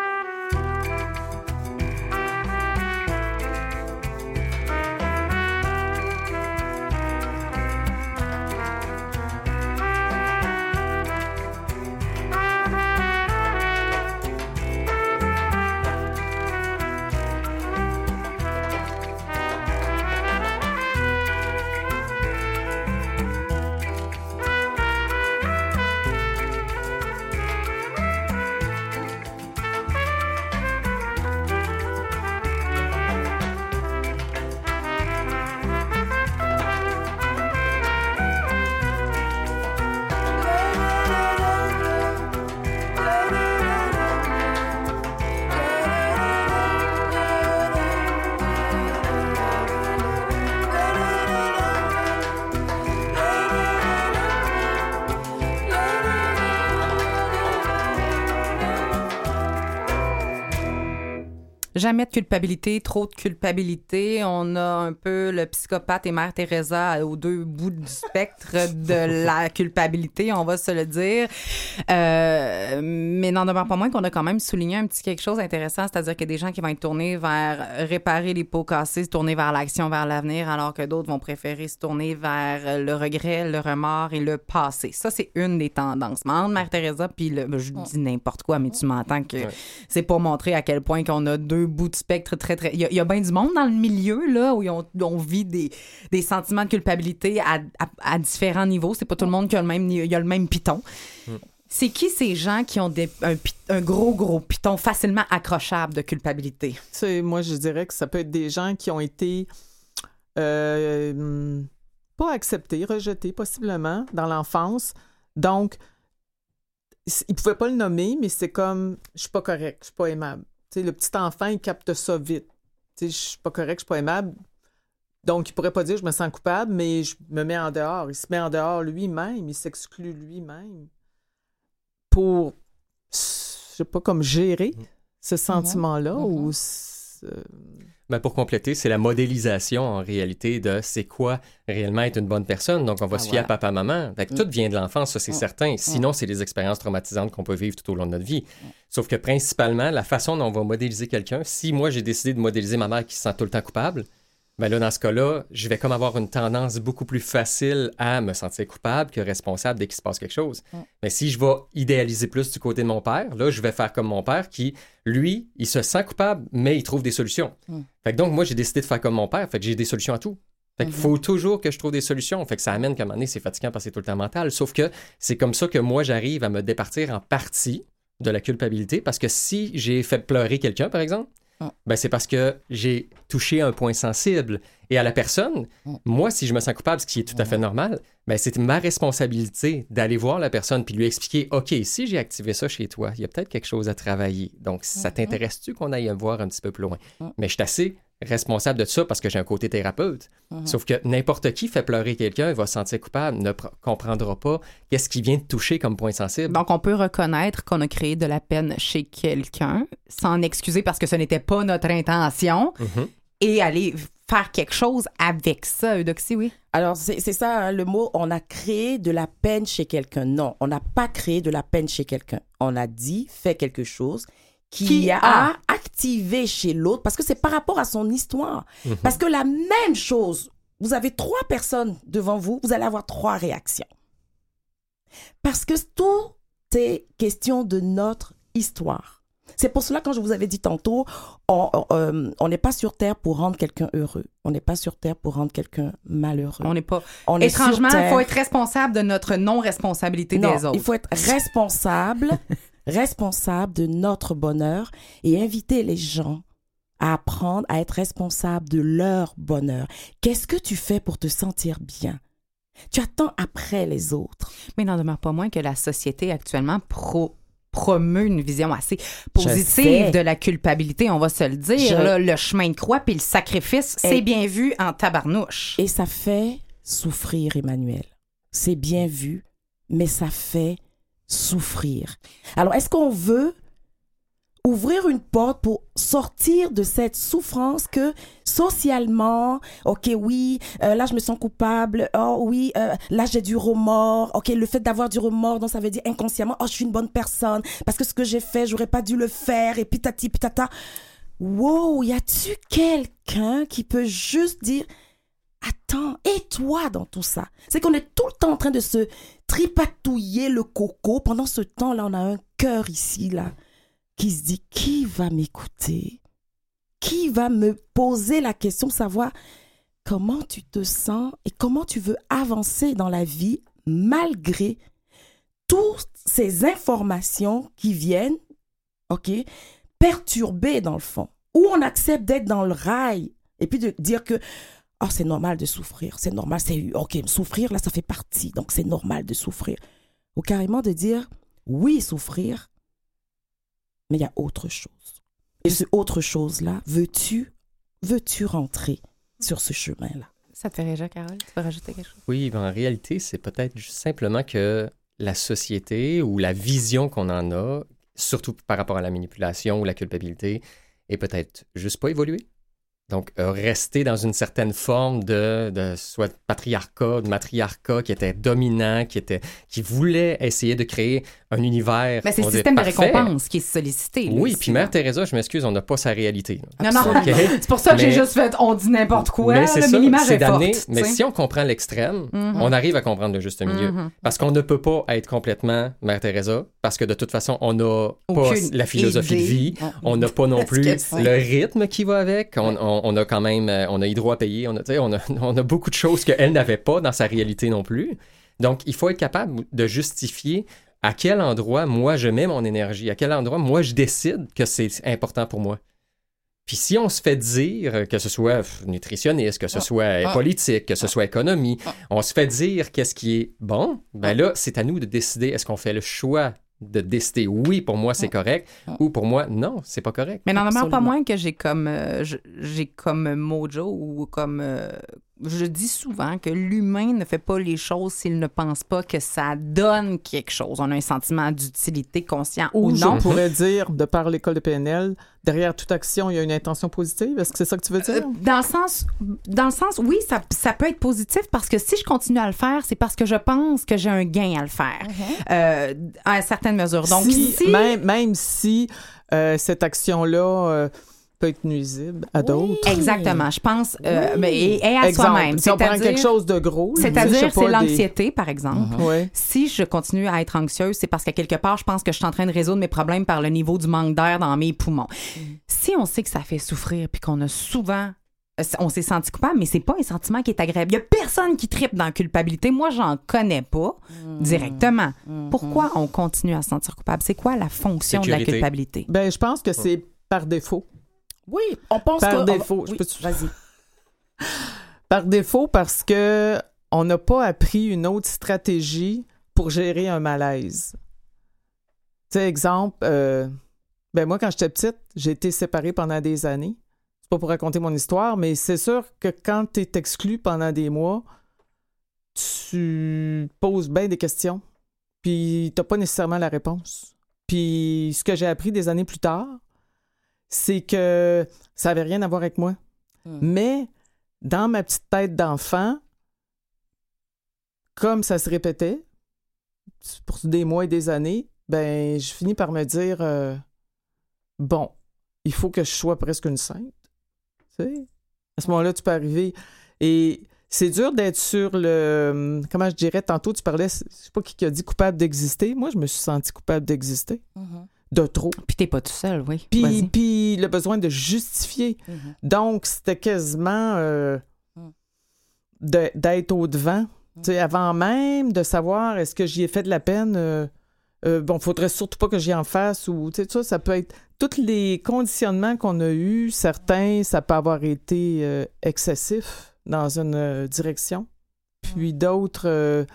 Jamais de culpabilité, trop de culpabilité. On a un peu le psychopathe et Mère Teresa aux deux bouts du spectre de la culpabilité, on va se le dire. Euh, mais n'en demeure pas moins qu'on a quand même souligné un petit quelque chose d'intéressant, c'est-à-dire qu'il y a des gens qui vont être tournés vers réparer les pots cassés, se tourner vers l'action, vers l'avenir, alors que d'autres vont préférer se tourner vers le regret, le remords et le passé. Ça, c'est une des tendances. Mais entre Mère Teresa puis le... Je dis n'importe quoi, mais tu m'entends que ouais. C'est pour montrer à quel point qu'on a deux bout de spectre très, très... Il y a, il y a bien du monde dans le milieu, là, où on, on vit des, des sentiments de culpabilité à, à, à différents niveaux. C'est pas tout le monde qui a le même, il y a le même piton. Mm. C'est qui ces gens qui ont des, un, un gros, gros piton facilement accrochable de culpabilité? C'est, moi, je dirais que ça peut être des gens qui ont été euh, pas acceptés, rejetés, possiblement, dans l'enfance. Donc, ils pouvaient pas le nommer, mais c'est comme, je suis pas correct, je suis pas aimable. T'sais, le petit enfant, il capte ça vite. Je suis pas correct, je suis pas aimable. Donc, il pourrait pas dire je me sens coupable, mais je me mets en dehors. Il se met en dehors lui-même, il s'exclut lui-même pour, je sais pas, comme gérer ce sentiment-là. Mm-hmm. Ou ce... Ben pour compléter, c'est la modélisation en réalité de c'est quoi réellement être une bonne personne. Donc, on va ah, se fier voilà. à papa-maman. Fait que mm. Tout vient de l'enfance, ça, c'est mm. certain. Sinon, mm. c'est des expériences traumatisantes qu'on peut vivre tout au long de notre vie. Mm. Sauf que principalement, la façon dont on va modéliser quelqu'un, si moi, j'ai décidé de modéliser ma mère qui se sent tout le temps coupable, ben là, dans ce cas-là, je vais comme avoir une tendance beaucoup plus facile à me sentir coupable que responsable dès qu'il se passe quelque chose. Mm. Mais si je vais idéaliser plus du côté de mon père, là, je vais faire comme mon père qui, lui, il se sent coupable, mais il trouve des solutions. Mm. Fait que donc, moi, j'ai décidé de faire comme mon père, fait que j'ai des solutions à tout. Fait qu'il mm-hmm. faut toujours que je trouve des solutions. Fait que ça amène qu'à un moment donné, c'est fatigant parce que c'est tout le temps mental. Sauf que c'est comme ça que moi, j'arrive à me départir en partie de la culpabilité parce que si j'ai fait pleurer quelqu'un, par exemple, ben c'est parce que j'ai touché un point sensible. Et à la personne, moi, si je me sens coupable, ce qui est tout à fait normal, ben c'est ma responsabilité d'aller voir la personne puis lui expliquer, OK, si j'ai activé ça chez toi, il y a peut-être quelque chose à travailler. Donc, ça t'intéresse-tu qu'on aille me voir un petit peu plus loin? Mais je suis assez responsable de ça parce que j'ai un côté thérapeute. Mm-hmm. Sauf que n'importe qui fait pleurer quelqu'un, il va se sentir coupable, ne pr- comprendra pas qu'est-ce qui vient de toucher comme point sensible. Donc, on peut reconnaître qu'on a créé de la peine chez quelqu'un, s'en excuser parce que ce n'était pas notre intention mm-hmm. et aller faire quelque chose avec ça. Eudoxie, oui? Alors, c'est, c'est ça, hein, le mot, on a créé de la peine chez quelqu'un. Non, on n'a pas créé de la peine chez quelqu'un. On a dit, fais quelque chose qui, qui a, a activé chez l'autre, parce que c'est par rapport à son histoire. Mm-hmm. Parce que la même chose, vous avez trois personnes devant vous, vous allez avoir trois réactions. Parce que tout est question de notre histoire. C'est pour cela, quand je vous avais dit tantôt, on euh, on n'est pas sur Terre pour rendre quelqu'un heureux. On n'est pas sur Terre pour rendre quelqu'un malheureux. On n'est pas... On Étrangement, il faut être responsable de notre non-responsabilité non, des autres. Il faut être responsable... responsable de notre bonheur et inviter les gens à apprendre à être responsable de leur bonheur. Qu'est-ce que tu fais pour te sentir bien? Tu attends après les autres. Mais il n'en demeure pas moins que la société actuellement pro... promeut une vision assez positive de la culpabilité, on va se le dire. Je... Là, le chemin de croix puis le sacrifice, et... c'est bien vu en tabarnouche. Et ça fait souffrir, Emmanuel. C'est bien vu, mais ça fait souffrir. Alors, est-ce qu'on veut ouvrir une porte pour sortir de cette souffrance que socialement, OK, oui, euh, là, je me sens coupable. Oh, oui, euh, là, j'ai du remords. OK, le fait d'avoir du remords, donc ça veut dire inconsciemment, oh, je suis une bonne personne parce que ce que j'ai fait, j'aurais pas dû le faire et pitati, pitata. Wow, y a-tu quelqu'un qui peut juste dire, attends, et toi dans tout ça? C'est qu'on est tout le temps en train de se tripatouiller le coco. Pendant ce temps-là, on a un cœur ici, là, qui se dit, qui va m'écouter? Qui va me poser la question de savoir comment tu te sens et comment tu veux avancer dans la vie malgré toutes ces informations qui viennent, OK, perturber dans le fond. Ou on accepte d'être dans le rail et puis de dire que oh, c'est normal de souffrir, c'est normal, c'est OK, souffrir, là, ça fait partie, donc c'est normal de souffrir. Ou carrément de dire, oui, souffrir, mais il y a autre chose. Et ce autre chose-là, veux-tu, veux-tu rentrer sur ce chemin-là? Ça te fait réagir, Carole? Tu veux rajouter quelque chose? Oui, ben, en réalité, c'est peut-être simplement que la société ou la vision qu'on en a, surtout par rapport à la manipulation ou la culpabilité, est peut-être juste pas évoluée. Donc, euh, rester dans une certaine forme de, de soit de patriarcat, de matriarcat qui était dominant, qui, était, qui voulait essayer de créer un univers. Mais c'est le système de récompense qui est sollicité. Oui, là, puis Mère Teresa, je m'excuse, on n'a pas sa réalité. Non, non, okay. C'est pour ça que mais, j'ai juste fait, on dit n'importe quoi, mais, c'est là, ça, mais l'image est forte. Mais si on comprend l'extrême, mm-hmm. on arrive à comprendre le juste milieu. Mm-hmm. Parce qu'on ne peut pas être complètement Mère Teresa, parce que de toute façon, on n'a pas la philosophie idée. de vie, on n'a pas non plus le rythme qui va avec, on, on, on a quand même, on a hydro à payer, on a, on a, on a beaucoup de choses qu'elle n'avait pas dans sa réalité non plus. Donc, il faut être capable de justifier à quel endroit, moi, je mets mon énergie, à quel endroit, moi, je décide que c'est important pour moi. Puis si on se fait dire, que ce soit nutritionniste, que ce soit politique, que ce soit économie, on se fait dire qu'est-ce qui est bon, ben là, c'est à nous de décider, est-ce qu'on fait le choix de décider, oui, pour moi, c'est correct, ou pour moi, non, c'est pas correct. Mais n'en demeure pas moins que j'ai comme, euh, j'ai comme mojo ou comme... Euh, je dis souvent que l'humain ne fait pas les choses s'il ne pense pas que ça donne quelque chose. On a un sentiment d'utilité conscient ou, ou non. Je pourrais dire, de par l'école de P N L, derrière toute action, il y a une intention positive. Est-ce que c'est ça que tu veux dire? Euh, dans le sens, dans le sens, oui, ça, ça peut être positif parce que si je continue à le faire, c'est parce que je pense que j'ai un gain à le faire, uh-huh. euh, à certaines mesures. Donc, si, si... Même, même si euh, cette action-là... Euh, peut être nuisible à d'autres. Oui. Exactement. Je pense, euh, oui. mais, et, et à exemple, soi-même. Si on prend quelque chose de gros. C'est-à-dire, c'est l'anxiété, des... par exemple. Uh-huh. Ouais. Si je continue à être anxieuse, c'est parce qu'à quelque part, je pense que je suis en train de résoudre mes problèmes par le niveau du manque d'air dans mes poumons. Mm. Si on sait que ça fait souffrir puis qu'on a souvent... On s'est senti coupable, mais c'est pas un sentiment qui est agréable. Il y a personne qui tripe dans la culpabilité. Moi, j'en connais pas mm. directement. Mm. Pourquoi on continue à se sentir coupable? C'est quoi la fonction Sécurité. de la culpabilité? Ben, je pense que c'est par défaut. Oui, on pense par que... défaut. On... Oui, peux... Vas-y. Par défaut, parce que on n'a pas appris une autre stratégie pour gérer un malaise. Tu sais, exemple, euh, ben moi, quand j'étais petite, j'ai été séparée pendant des années. C'est pas pour raconter mon histoire, mais c'est sûr que quand tu es exclu pendant des mois, tu poses bien des questions, puis t'as pas nécessairement la réponse. Puis ce que j'ai appris des années plus tard, c'est que ça n'avait rien à voir avec moi. Mmh. Mais dans ma petite tête d'enfant, comme ça se répétait pour des mois et des années, ben je finis par me dire euh, bon, il faut que je sois presque une sainte. Tu sais? À ce moment-là, tu peux arriver. Et c'est dur d'être sur le... Comment je dirais? Tantôt, tu parlais, je sais pas qui a dit coupable d'exister. Moi, je me suis sentie coupable d'exister. Mmh. De trop. Puis t'es pas tout seul, oui. Puis, puis le besoin de justifier. Mm-hmm. Donc, c'était quasiment euh, mm. de, d'être au-devant. Mm. Tu sais, avant même de savoir est-ce que j'y ai fait de la peine, euh, euh, bon, faudrait surtout pas que j'y en fasse ou, tu sais, ça, ça peut être tous les conditionnements qu'on a eus. Certains, ça peut avoir été euh, excessif dans une euh, direction. Puis d'autres, euh,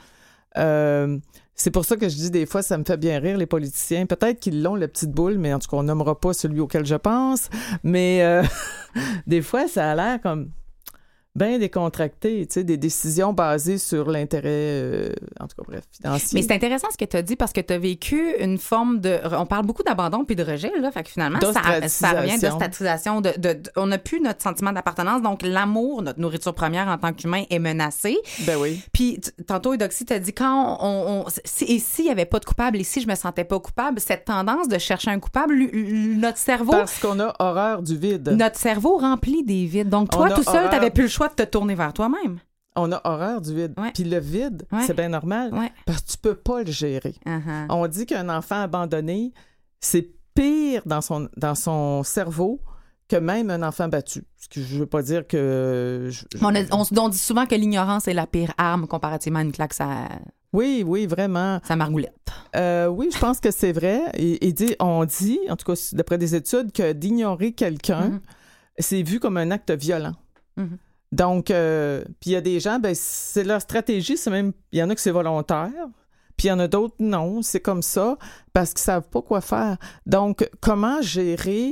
euh, c'est pour ça que je dis des fois, ça me fait bien rire, les politiciens. Peut-être qu'ils l'ont, la petite boule, mais en tout cas, on nommera pas celui auquel je pense. Mais euh, des fois, ça a l'air comme bien décontracté, tu sais, des décisions basées sur l'intérêt, euh, en tout cas, bref, financier. Mais c'est intéressant ce que tu as dit parce que tu as vécu une forme de... On parle beaucoup d'abandon puis de rejet, là, fait que finalement, ça, ça revient d'ostratisation. De, de, de, on n'a plus notre sentiment d'appartenance, donc l'amour, notre nourriture première en tant qu'humain, est menacée. Ben oui. Puis t- tantôt, Eudoxie t'a dit, quand on... on si, et s'il n'y avait pas de coupable, et si je me sentais pas coupable, cette tendance de chercher un coupable, l- l- notre cerveau... Parce qu'on a horreur du vide. Notre cerveau remplit des vides. Donc toi, tout seul, tu n'avais plus le choix de te tourner vers toi-même. On a horreur du vide. Ouais. Puis le vide, Ouais. c'est bien normal Ouais. parce que tu peux pas le gérer. Uh-huh. On dit qu'un enfant abandonné, c'est pire dans son, dans son cerveau que même un enfant battu. Ce que je veux pas dire que... Je, je... On, a, on, on dit souvent que l'ignorance est la pire arme comparativement à une claque, ça, Oui, oui, vraiment. ça margoulette. Euh, oui, je pense que c'est vrai. Et, et dit, on dit, en tout cas, d'après des études, que d'ignorer quelqu'un, Mm-hmm. c'est vu comme un acte violent. Mm-hmm. Donc, euh, puis il y a des gens, ben c'est leur stratégie, c'est même, il y en a que c'est volontaire, puis il y en a d'autres, non, c'est comme ça, parce qu'ils savent pas quoi faire. Donc, comment gérer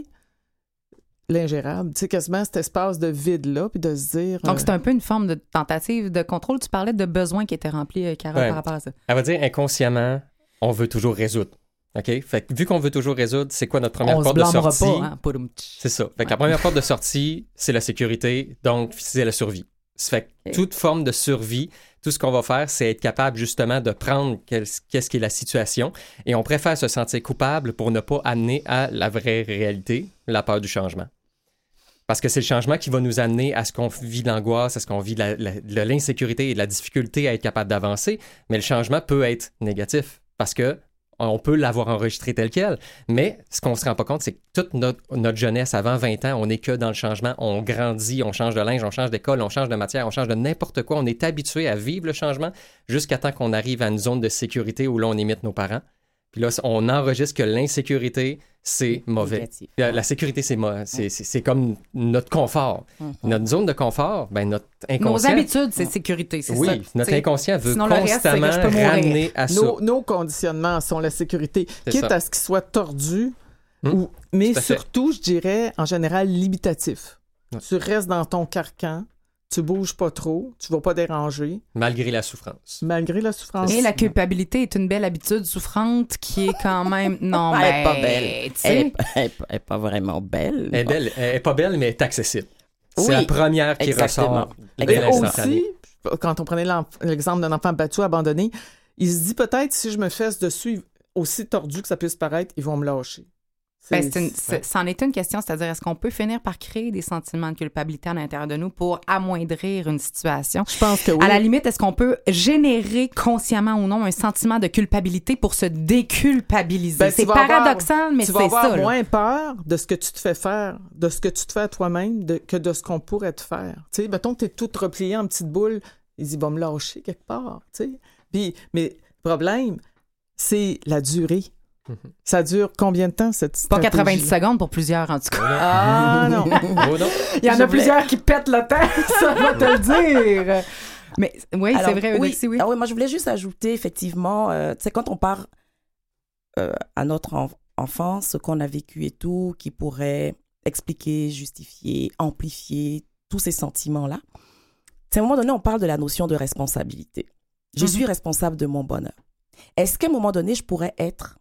l'ingérable, tu sais, quasiment cet espace de vide-là, puis de se dire... Donc, euh, c'est un peu une forme de tentative de contrôle. Tu parlais de besoins qui étaient remplis, euh, Carole, Ouais. par rapport à ça. Elle va dire inconsciemment, on veut toujours résoudre. OK? Fait que vu qu'on veut toujours résoudre, c'est quoi notre première On se porte de blâmera sortie? pas. Hein? Poudoum. C'est ça. Fait que la première porte de sortie, c'est la sécurité, donc c'est la survie. Ça fait que toute forme de survie, tout ce qu'on va faire, c'est être capable justement de prendre qu'est-ce qu'est-ce qui est la situation et on préfère se sentir coupable pour ne pas amener à la vraie réalité, la peur du changement. Parce que c'est le changement qui va nous amener à ce qu'on vit de l'angoisse, à ce qu'on vit de la- la- de l'insécurité et de la difficulté à être capable d'avancer, mais le changement peut être négatif parce que on peut l'avoir enregistré tel quel, mais ce qu'on ne se rend pas compte, c'est que toute notre, notre jeunesse, avant vingt ans, on n'est que dans le changement, on grandit, on change de linge, on change d'école, on change de matière, on change de n'importe quoi, on est habitué à vivre le changement jusqu'à temps qu'on arrive à une zone de sécurité où là, on imite nos parents. Puis là, on enregistre que l'insécurité, c'est mauvais. Négatif. La, la sécurité, c'est, mo- c'est, c'est, c'est comme notre confort. Mhm. Notre zone de confort, ben notre inconscient... Nos habitudes, c'est sécurité, c'est oui, ça. notre T'sais, inconscient veut sinon, le reste, c'est que constamment je peux mourir. ramener à ça. Nos, nos conditionnements sont la sécurité, C'est quitte ça. à ce qu'ils soient tordus, Hum, ou, mais tout à fait. surtout, je dirais, en général, limitatifs. Ouais. Tu restes dans ton carcan, tu bouges pas trop, tu vas pas déranger, Malgré la souffrance. malgré la souffrance. Et la culpabilité est une belle habitude souffrante qui est quand même... Non, Elle mais... est pas belle. tu sais, Elle est, elle est- elle est pas vraiment belle. Elle est belle, elle est pas belle, mais elle est accessible. C'est Oui, la première qui exactement. ressort dès Et l'instantané. aussi, quand on prenait l'enf- l'exemple d'un enfant battu, abandonné, il se dit peut-être si je me fesse dessus, aussi tordu que ça puisse paraître, ils vont me lâcher. ben, c'est une- c'est- c'en est une question, c'est-à-dire est-ce qu'on peut finir par créer des sentiments de culpabilité à l'intérieur de nous pour amoindrir une situation? Je pense que oui. À la limite, est-ce qu'on peut générer consciemment ou non un sentiment de culpabilité pour se déculpabiliser? Ben, tu c'est vas avoir- paradoxal, mais tu c'est vas avoir ça. là. moins peur de ce que tu te fais faire, de ce que tu te fais à toi-même, de- que de ce qu'on pourrait te faire. Tu sais, mettons que t'es toute repliée en petite boule, ils disent, va me lâcher quelque part, tu sais. Puis, mais le problème, c'est la durée. Ça dure combien de temps, cette Pas stratégie? quatre-vingt-dix secondes pour plusieurs, en tout cas. Ah non! Oh non. Il y en Je a voulais- plusieurs qui pètent le temps, ça va te le dire. Mais oui, Alors, c'est vrai, oui. Eudoxie, oui. Ah oui, moi, je voulais juste ajouter, effectivement, euh, tu sais, quand on part euh, à notre en- enfance, ce qu'on a vécu et tout, qui pourrait expliquer, justifier, amplifier tous ces sentiments-là, c'est à un moment donné, on parle de la notion de responsabilité. Je Mhm. suis responsable de mon bonheur. Est-ce qu'à un moment donné, je pourrais être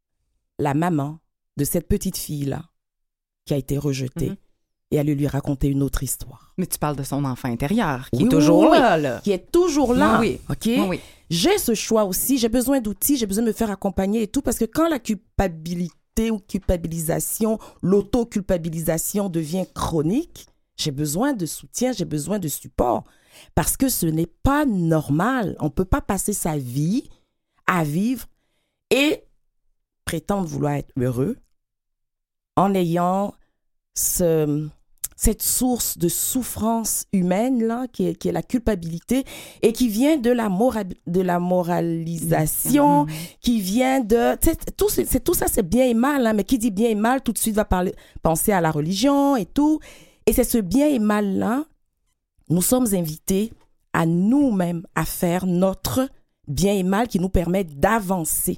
la maman de cette petite fille-là qui a été rejetée Mhm. et aller lui raconter une autre histoire? Mais tu parles de son enfant intérieur, qui Oui, est oui, toujours oui. là, là. Qui est toujours là, Oui, OK? Oui, oui. J'ai ce choix aussi, j'ai besoin d'outils, j'ai besoin de me faire accompagner et tout, parce que quand la culpabilité ou culpabilisation, l'auto-culpabilisation devient chronique, j'ai besoin de soutien, j'ai besoin de support, parce que ce n'est pas normal. On ne peut pas passer sa vie à vivre et prétendre vouloir être heureux en ayant ce, cette source de souffrance humaine là, qui est, qui est la culpabilité et qui vient de la mora- de la moralisation, mmh. qui vient de tout c'est, c'est tout ça c'est bien et mal, hein, mais qui dit bien et mal tout de suite va parler penser à la religion et tout. Et c'est ce bien et mal là, nous sommes invités à nous-mêmes à faire notre bien et mal qui nous permet d'avancer.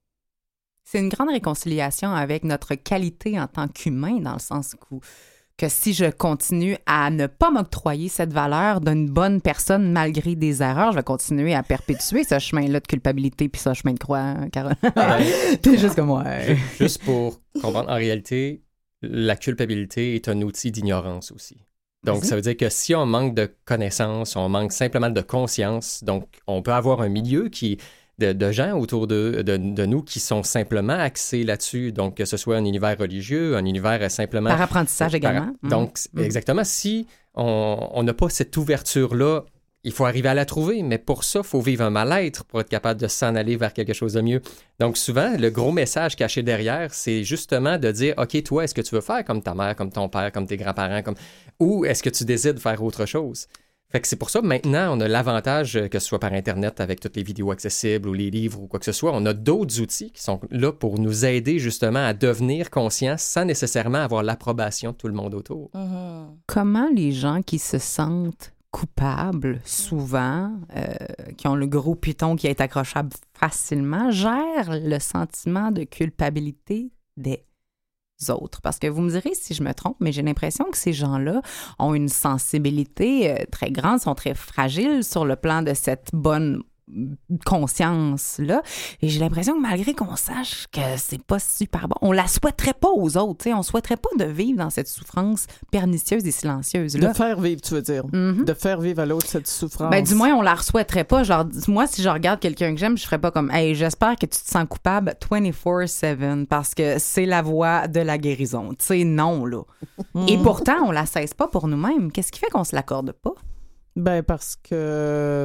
C'est une grande réconciliation avec notre qualité en tant qu'humain, dans le sens où que si je continue à ne pas m'octroyer cette valeur d'une bonne personne malgré des erreurs, je vais continuer à perpétuer ce chemin-là de culpabilité puis ce chemin de croix, hein, Carole. T'es juste comme moi. Ouais. Juste pour comprendre, en réalité, la culpabilité est un outil d'ignorance aussi. Donc, Vas-y. Ça veut dire que si on manque de connaissances, on manque simplement de conscience, donc on peut avoir un milieu qui... De, de gens autour de, de, de nous qui sont simplement axés là-dessus. Donc, que ce soit un univers religieux, un univers simplement... Par apprentissage également. Par, donc, mmh. exactement. Si on n'a pas cette ouverture-là, il faut arriver à la trouver. Mais pour ça, il faut vivre un mal-être pour être capable de s'en aller vers quelque chose de mieux. Donc, souvent, le gros message caché derrière, c'est justement de dire, OK, toi, est-ce que tu veux faire comme ta mère, comme ton père, comme tes grands-parents, comme... ou est-ce que tu décides de faire autre chose? Fait que c'est pour ça, maintenant, on a l'avantage, que ce soit par Internet, avec toutes les vidéos accessibles ou les livres ou quoi que ce soit, on a d'autres outils qui sont là pour nous aider justement à devenir conscients sans nécessairement avoir l'approbation de tout le monde autour. Mm-hmm. Comment les gens qui se sentent coupables, souvent, euh, qui ont le gros piton qui est accrochable facilement, gèrent le sentiment de culpabilité des autres? Parce que vous me direz si je me trompe, mais j'ai l'impression que ces gens-là ont une sensibilité euh, très grande, sont très fragiles sur le plan de cette bonne conscience-là. Et j'ai l'impression que malgré qu'on sache que c'est pas super bon, on la souhaiterait pas aux autres. T'sais. On souhaiterait pas de vivre dans cette souffrance pernicieuse et silencieuse-là. De faire vivre, tu veux dire. Mm-hmm. De faire vivre à l'autre cette souffrance. Ben, du moins, on la souhaiterait pas. Genre, moi, si je regarde quelqu'un que j'aime, je ferais pas comme « Hey, j'espère que tu te sens coupable vingt-quatre sept parce que c'est la voie de la guérison. » Tu sais, non, là. Mm. Et pourtant, on la cesse pas pour nous-mêmes. Qu'est-ce qui fait qu'on se l'accorde pas? Ben, parce que...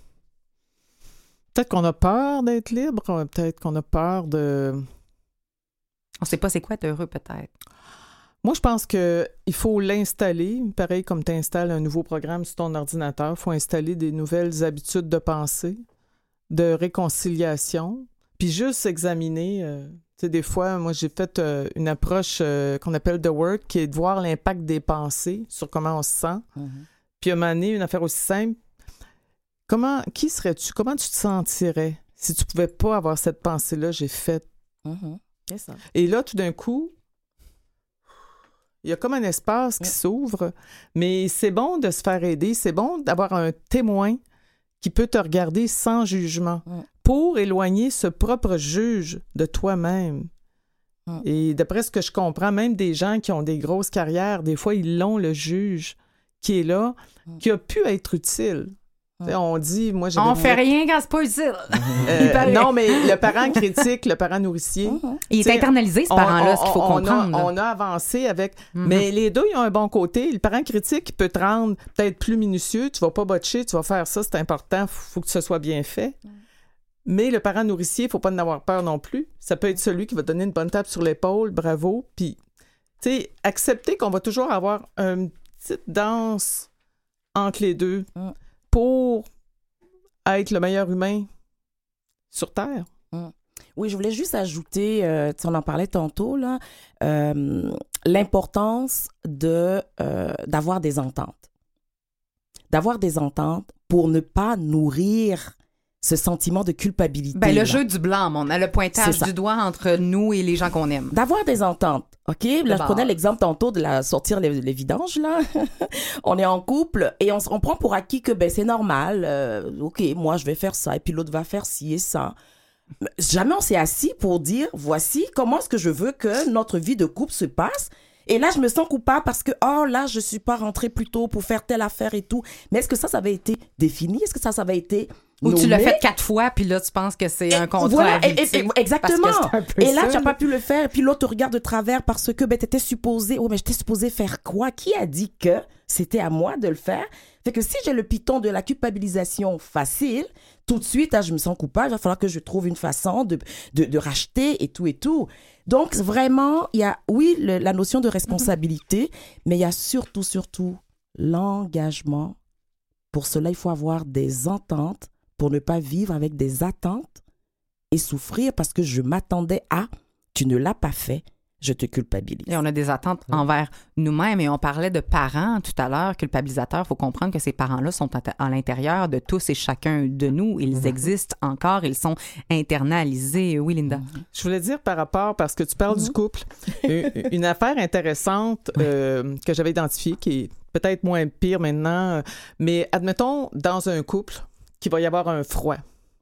Peut-être qu'on a peur d'être libre, peut-être qu'on a peur de... On sait pas c'est quoi être heureux, peut-être. Moi, je pense qu'il faut l'installer, pareil comme tu installes un nouveau programme sur ton ordinateur, il faut installer des nouvelles habitudes de pensée, de réconciliation, puis juste examiner... Euh, tu sais, des fois, moi, j'ai fait euh, une approche euh, qu'on appelle The Work, qui est de voir l'impact des pensées sur comment on se sent. Mm-hmm. Puis à un moment donné, une affaire aussi simple, Comment, qui serais-tu? Comment tu te sentirais si tu pouvais pas avoir cette pensée-là? J'ai fait. Mm-hmm. C'est ça. Et là, tout d'un coup, il y a comme un espace qui ouais. s'ouvre, mais c'est bon de se faire aider, c'est bon d'avoir un témoin qui peut te regarder sans jugement ouais. pour éloigner ce propre juge de toi-même. Ouais. Et d'après ce que je comprends, même des gens qui ont des grosses carrières, des fois, ils l'ont, le juge qui est là, ouais. qui a pu être utile. T'sais, on dit, moi, j'ai on fait rien quand c'est pas utile. Euh, non, mais le parent critique, le parent nourricier. Mm-hmm. Il est internalisé, ce parent-là, ce qu'il faut on comprendre. A, on a avancé avec... Mm-hmm. Mais les deux, ils ont un bon côté. Le parent critique, il peut te rendre peut-être plus minutieux. Tu vas pas botcher, tu vas faire ça, c'est important. Il faut que ce soit bien fait. Mm. Mais le parent nourricier, il faut pas en avoir peur non plus. Ça peut être celui qui va te donner une bonne tape sur l'épaule, bravo. Puis, tu sais, accepter qu'on va toujours avoir une petite danse entre les deux. Mm. Pour être le meilleur humain sur Terre. Mmh. Oui, je voulais juste ajouter, euh, on en parlait tantôt, là, euh, l'importance de, euh, d'avoir des ententes. D'avoir des ententes pour ne pas nourrir ce sentiment de culpabilité. Ben, le jeu du blâme, on a le pointage du doigt entre nous et les gens qu'on aime. D'avoir des ententes, OK? Là, je prenais l'exemple tantôt de la sortir les, les vidanges, là. On est en couple et on, on prend pour acquis que ben, c'est normal. Euh, OK, moi, je vais faire ça et puis l'autre va faire ci et ça. Jamais on s'est assis pour dire, voici comment est-ce que je veux que notre vie de couple se passe. Et là, je me sens coupable parce que, oh, là, je suis pas rentrée plus tôt pour faire telle affaire et tout. Mais est-ce que ça, ça avait été défini? Est-ce que ça, ça avait été Ou tu l'as nommé. fait quatre fois, puis là, tu penses que c'est Et un contrat voilà, à vie, et- et- tu sais, et- exactement. parce que c'est un peu Et là, ça, tu n'as pas pu le faire. Puis l'autre te regarde de travers parce que ben, tu étais supposé. Oh, mais j'étais supposé faire quoi? Qui a dit que c'était à moi de le faire? Fait que si j'ai le piton de la culpabilisation facile, tout de suite, ah, je me sens coupable. Il va falloir que je trouve une façon de, de, de racheter et tout et tout. Donc, vraiment, il y a, oui, le- la notion de responsabilité, mais il y a surtout, surtout l'engagement. Pour cela, il faut avoir des ententes pour ne pas vivre avec des attentes et souffrir parce que je m'attendais à, tu ne l'as pas fait, je te culpabilise. Et on a des attentes envers nous-mêmes. Et on parlait de parents tout à l'heure, culpabilisateurs. Il faut comprendre que ces parents-là sont à, à l'intérieur de tous et chacun de nous. Ils mm-hmm. existent encore. Ils sont internalisés. Oui, Linda? Mm-hmm. Je voulais dire par rapport, parce que tu parles mm-hmm. du couple, une, une affaire intéressante euh, que j'avais identifiée, qui est peut-être moins pire maintenant, mais admettons, dans un couple, qu'il va y avoir un froid.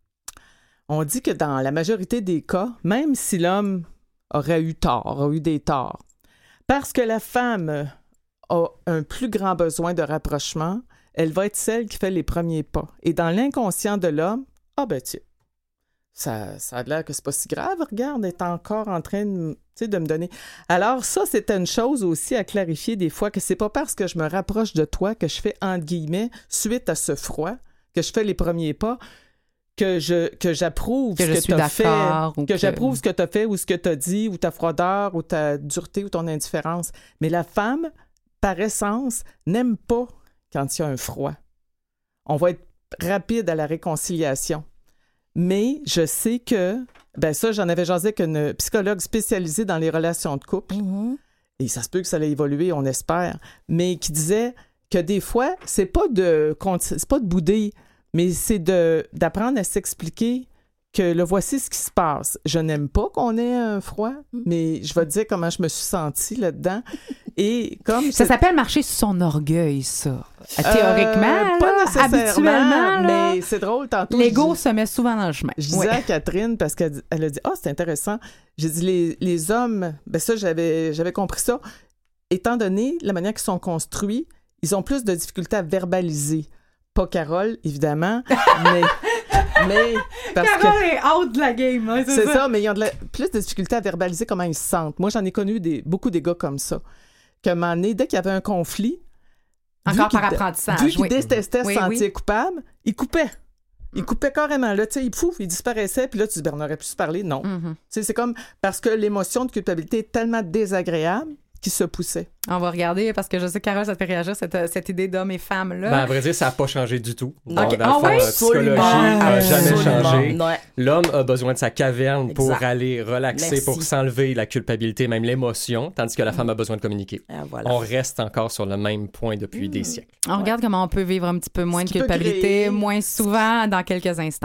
On dit que dans la majorité des cas, même si l'homme aurait eu tort, a eu des torts, parce que la femme a un plus grand besoin de rapprochement, elle va être celle qui fait les premiers pas. Et dans l'inconscient de l'homme, ah ben tiens, ça, ça a l'air que c'est pas si grave, regarde, elle est encore en train de, de me donner. Alors ça, c'était une chose aussi à clarifier des fois, que c'est pas parce que je me rapproche de toi que je fais, entre guillemets, suite à ce froid, que je fais les premiers pas, que je que j'approuve que ce je que suis tu as fait, que, que j'approuve ce que tu as fait ou ce que tu as dit, ou ta froideur, ou ta dureté, ou ton indifférence. Mais la femme, par essence, n'aime pas quand il y a un froid. On va être rapide à la réconciliation. Mais je sais que, ben ça, j'en avais jasé avec une psychologue spécialisée dans les relations de couple, mm-hmm. et ça se peut que ça ait évolué, on espère, mais qui disait que des fois, c'est pas de, c'est pas de bouder, mais c'est de, d'apprendre à s'expliquer que le voici ce qui se passe. Je n'aime pas qu'on ait un froid, mais je vais te dire comment je me suis sentie là-dedans. Et comme ça s'appelle marcher sur son orgueil, ça. Théoriquement, euh, pas là, nécessairement, habituellement, là, mais c'est drôle. Tantôt, l'ego dis, se met souvent dans le chemin. Je disais ouais. à Catherine, parce qu'elle elle a dit « Ah, oh, c'est intéressant. » J'ai dit les, « Les hommes, ben ça, j'avais, j'avais compris ça. Étant donné la manière qu'ils sont construits, ils ont plus de difficultés à verbaliser. » Pas Carole, évidemment, mais... mais parce Carole que, est out de la game. Hein, c'est c'est ça. ça, mais ils ont de la, plus de difficultés à verbaliser comment ils se sentent. Moi, j'en ai connu des, beaucoup des gars comme ça. Qu'à un moment donné, dès qu'il y avait un conflit... Encore par apprentissage, Vu qu'ils oui. détestaient oui, se sentir oui. coupable, ils coupaient. Ils coupaient carrément. Là, tu sais, ils pouf, ils disparaissaient, puis là, tu dis, ben, on aurait pu se parler. Non. Mm-hmm. Tu sais, c'est comme... Parce que l'émotion de culpabilité est tellement désagréable qu'ils se poussaient. On va regarder, parce que je sais que Carole, ça te fait réagir, cette, cette idée d'hommes et femmes-là. Ben, à vrai dire, ça n'a pas changé du tout. Okay. Donc, dans le fond, Ah ouais? la psychologie n'a jamais changé. Ouais. L'homme a besoin de sa caverne pour Exact. aller relaxer, Merci. pour s'enlever la culpabilité, même l'émotion, tandis que la femme a besoin de communiquer. Ah, voilà. On reste encore sur le même point depuis mmh. des siècles. On ouais. regarde comment on peut vivre un petit peu moins Ce de culpabilité, créer... moins souvent, dans quelques instants.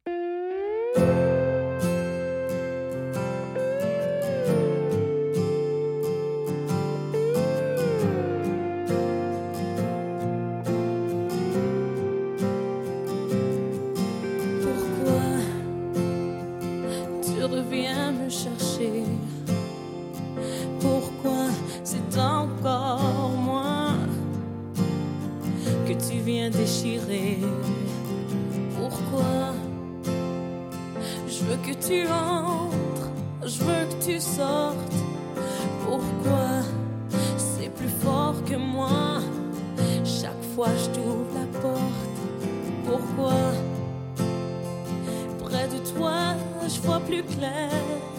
Déchiré. Pourquoi je veux que tu entres, je veux que tu sortes. Pourquoi c'est plus fort que moi. Chaque fois je t'ouvre la porte. Pourquoi près de toi je vois plus clair.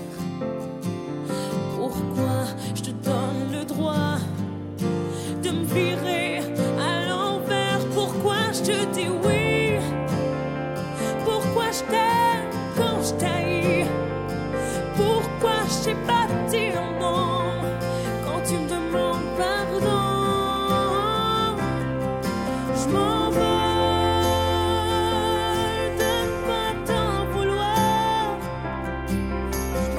Pourquoi je te donne le droit de me virer à l'envers. Pourquoi je te dis oui? Pourquoi je t'aime quand je t'haïs? Pourquoi je sais pas dire non quand tu me demandes pardon? Je m'envole de ne pas t'en vouloir. Je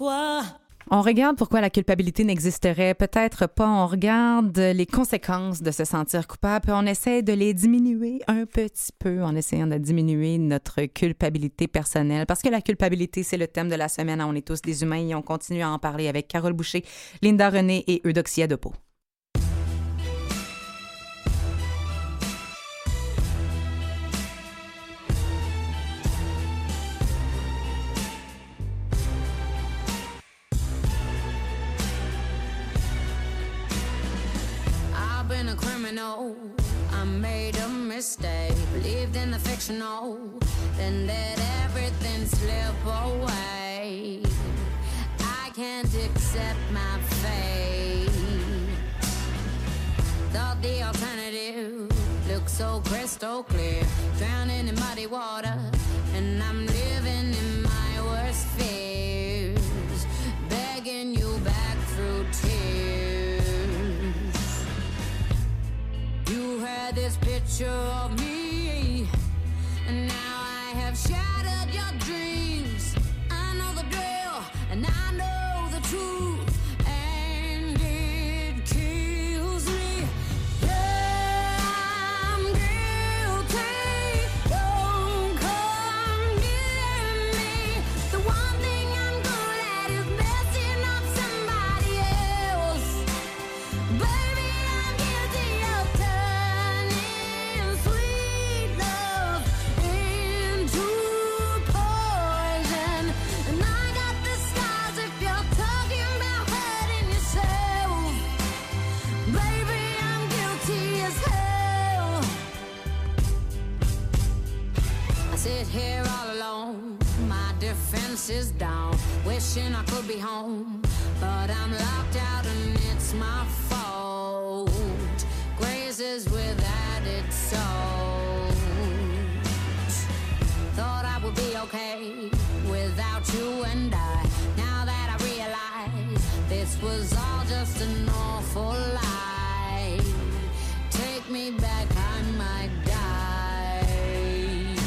toi. On regarde pourquoi la culpabilité n'existerait peut-être pas. On regarde les conséquences de se sentir coupable et on essaie de les diminuer un petit peu en essayant de diminuer notre culpabilité personnelle. Parce que la culpabilité, c'est le thème de la semaine. On est tous des humains et on continue à en parler avec Carole Boucher, Linda René et Eudoxia Depeau. A criminal, I made a mistake, believed in the fictional, then let everything slip away. I can't accept my fate. Thought the alternative looked so crystal clear, drowning in muddy water, and I'm living in my worst fears, begging you back through tears. You had this picture of me, and now I have shattered your dreams. I know the drill, and I know the truth, and it kills me. Yeah, I'm guilty. Don't come near me. The one thing I'm good at is messing up somebody else. Baby, I'm guilty of turning sweet love into poison. And I got the scars if you're talking about hurting yourself. Baby, I'm guilty as hell. I sit here all alone, my defense is down, wishing I could be home, but I'm locked out and it's my fault. Grazes with added salt. Thought I would be okay without you and I. Now that I realize this was all just an awful lie. Take me back, I might die.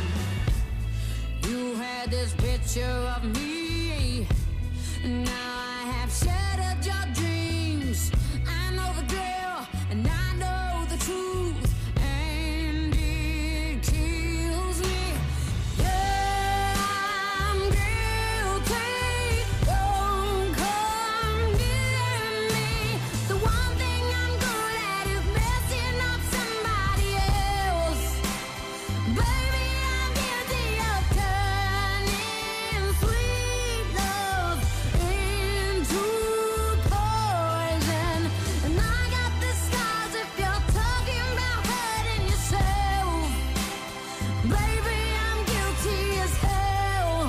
You had this picture of me, now I have shattered your dreams. I know the drill, and I know the truth, and it kills me. Yeah, I'm guilty. Don't come near me. The one thing I'm good at is messing up somebody else. Baby, I'm guilty of turning sweet love into poison. And I got the scars if you're talking about hurting yourself. Baby, I'm guilty as hell.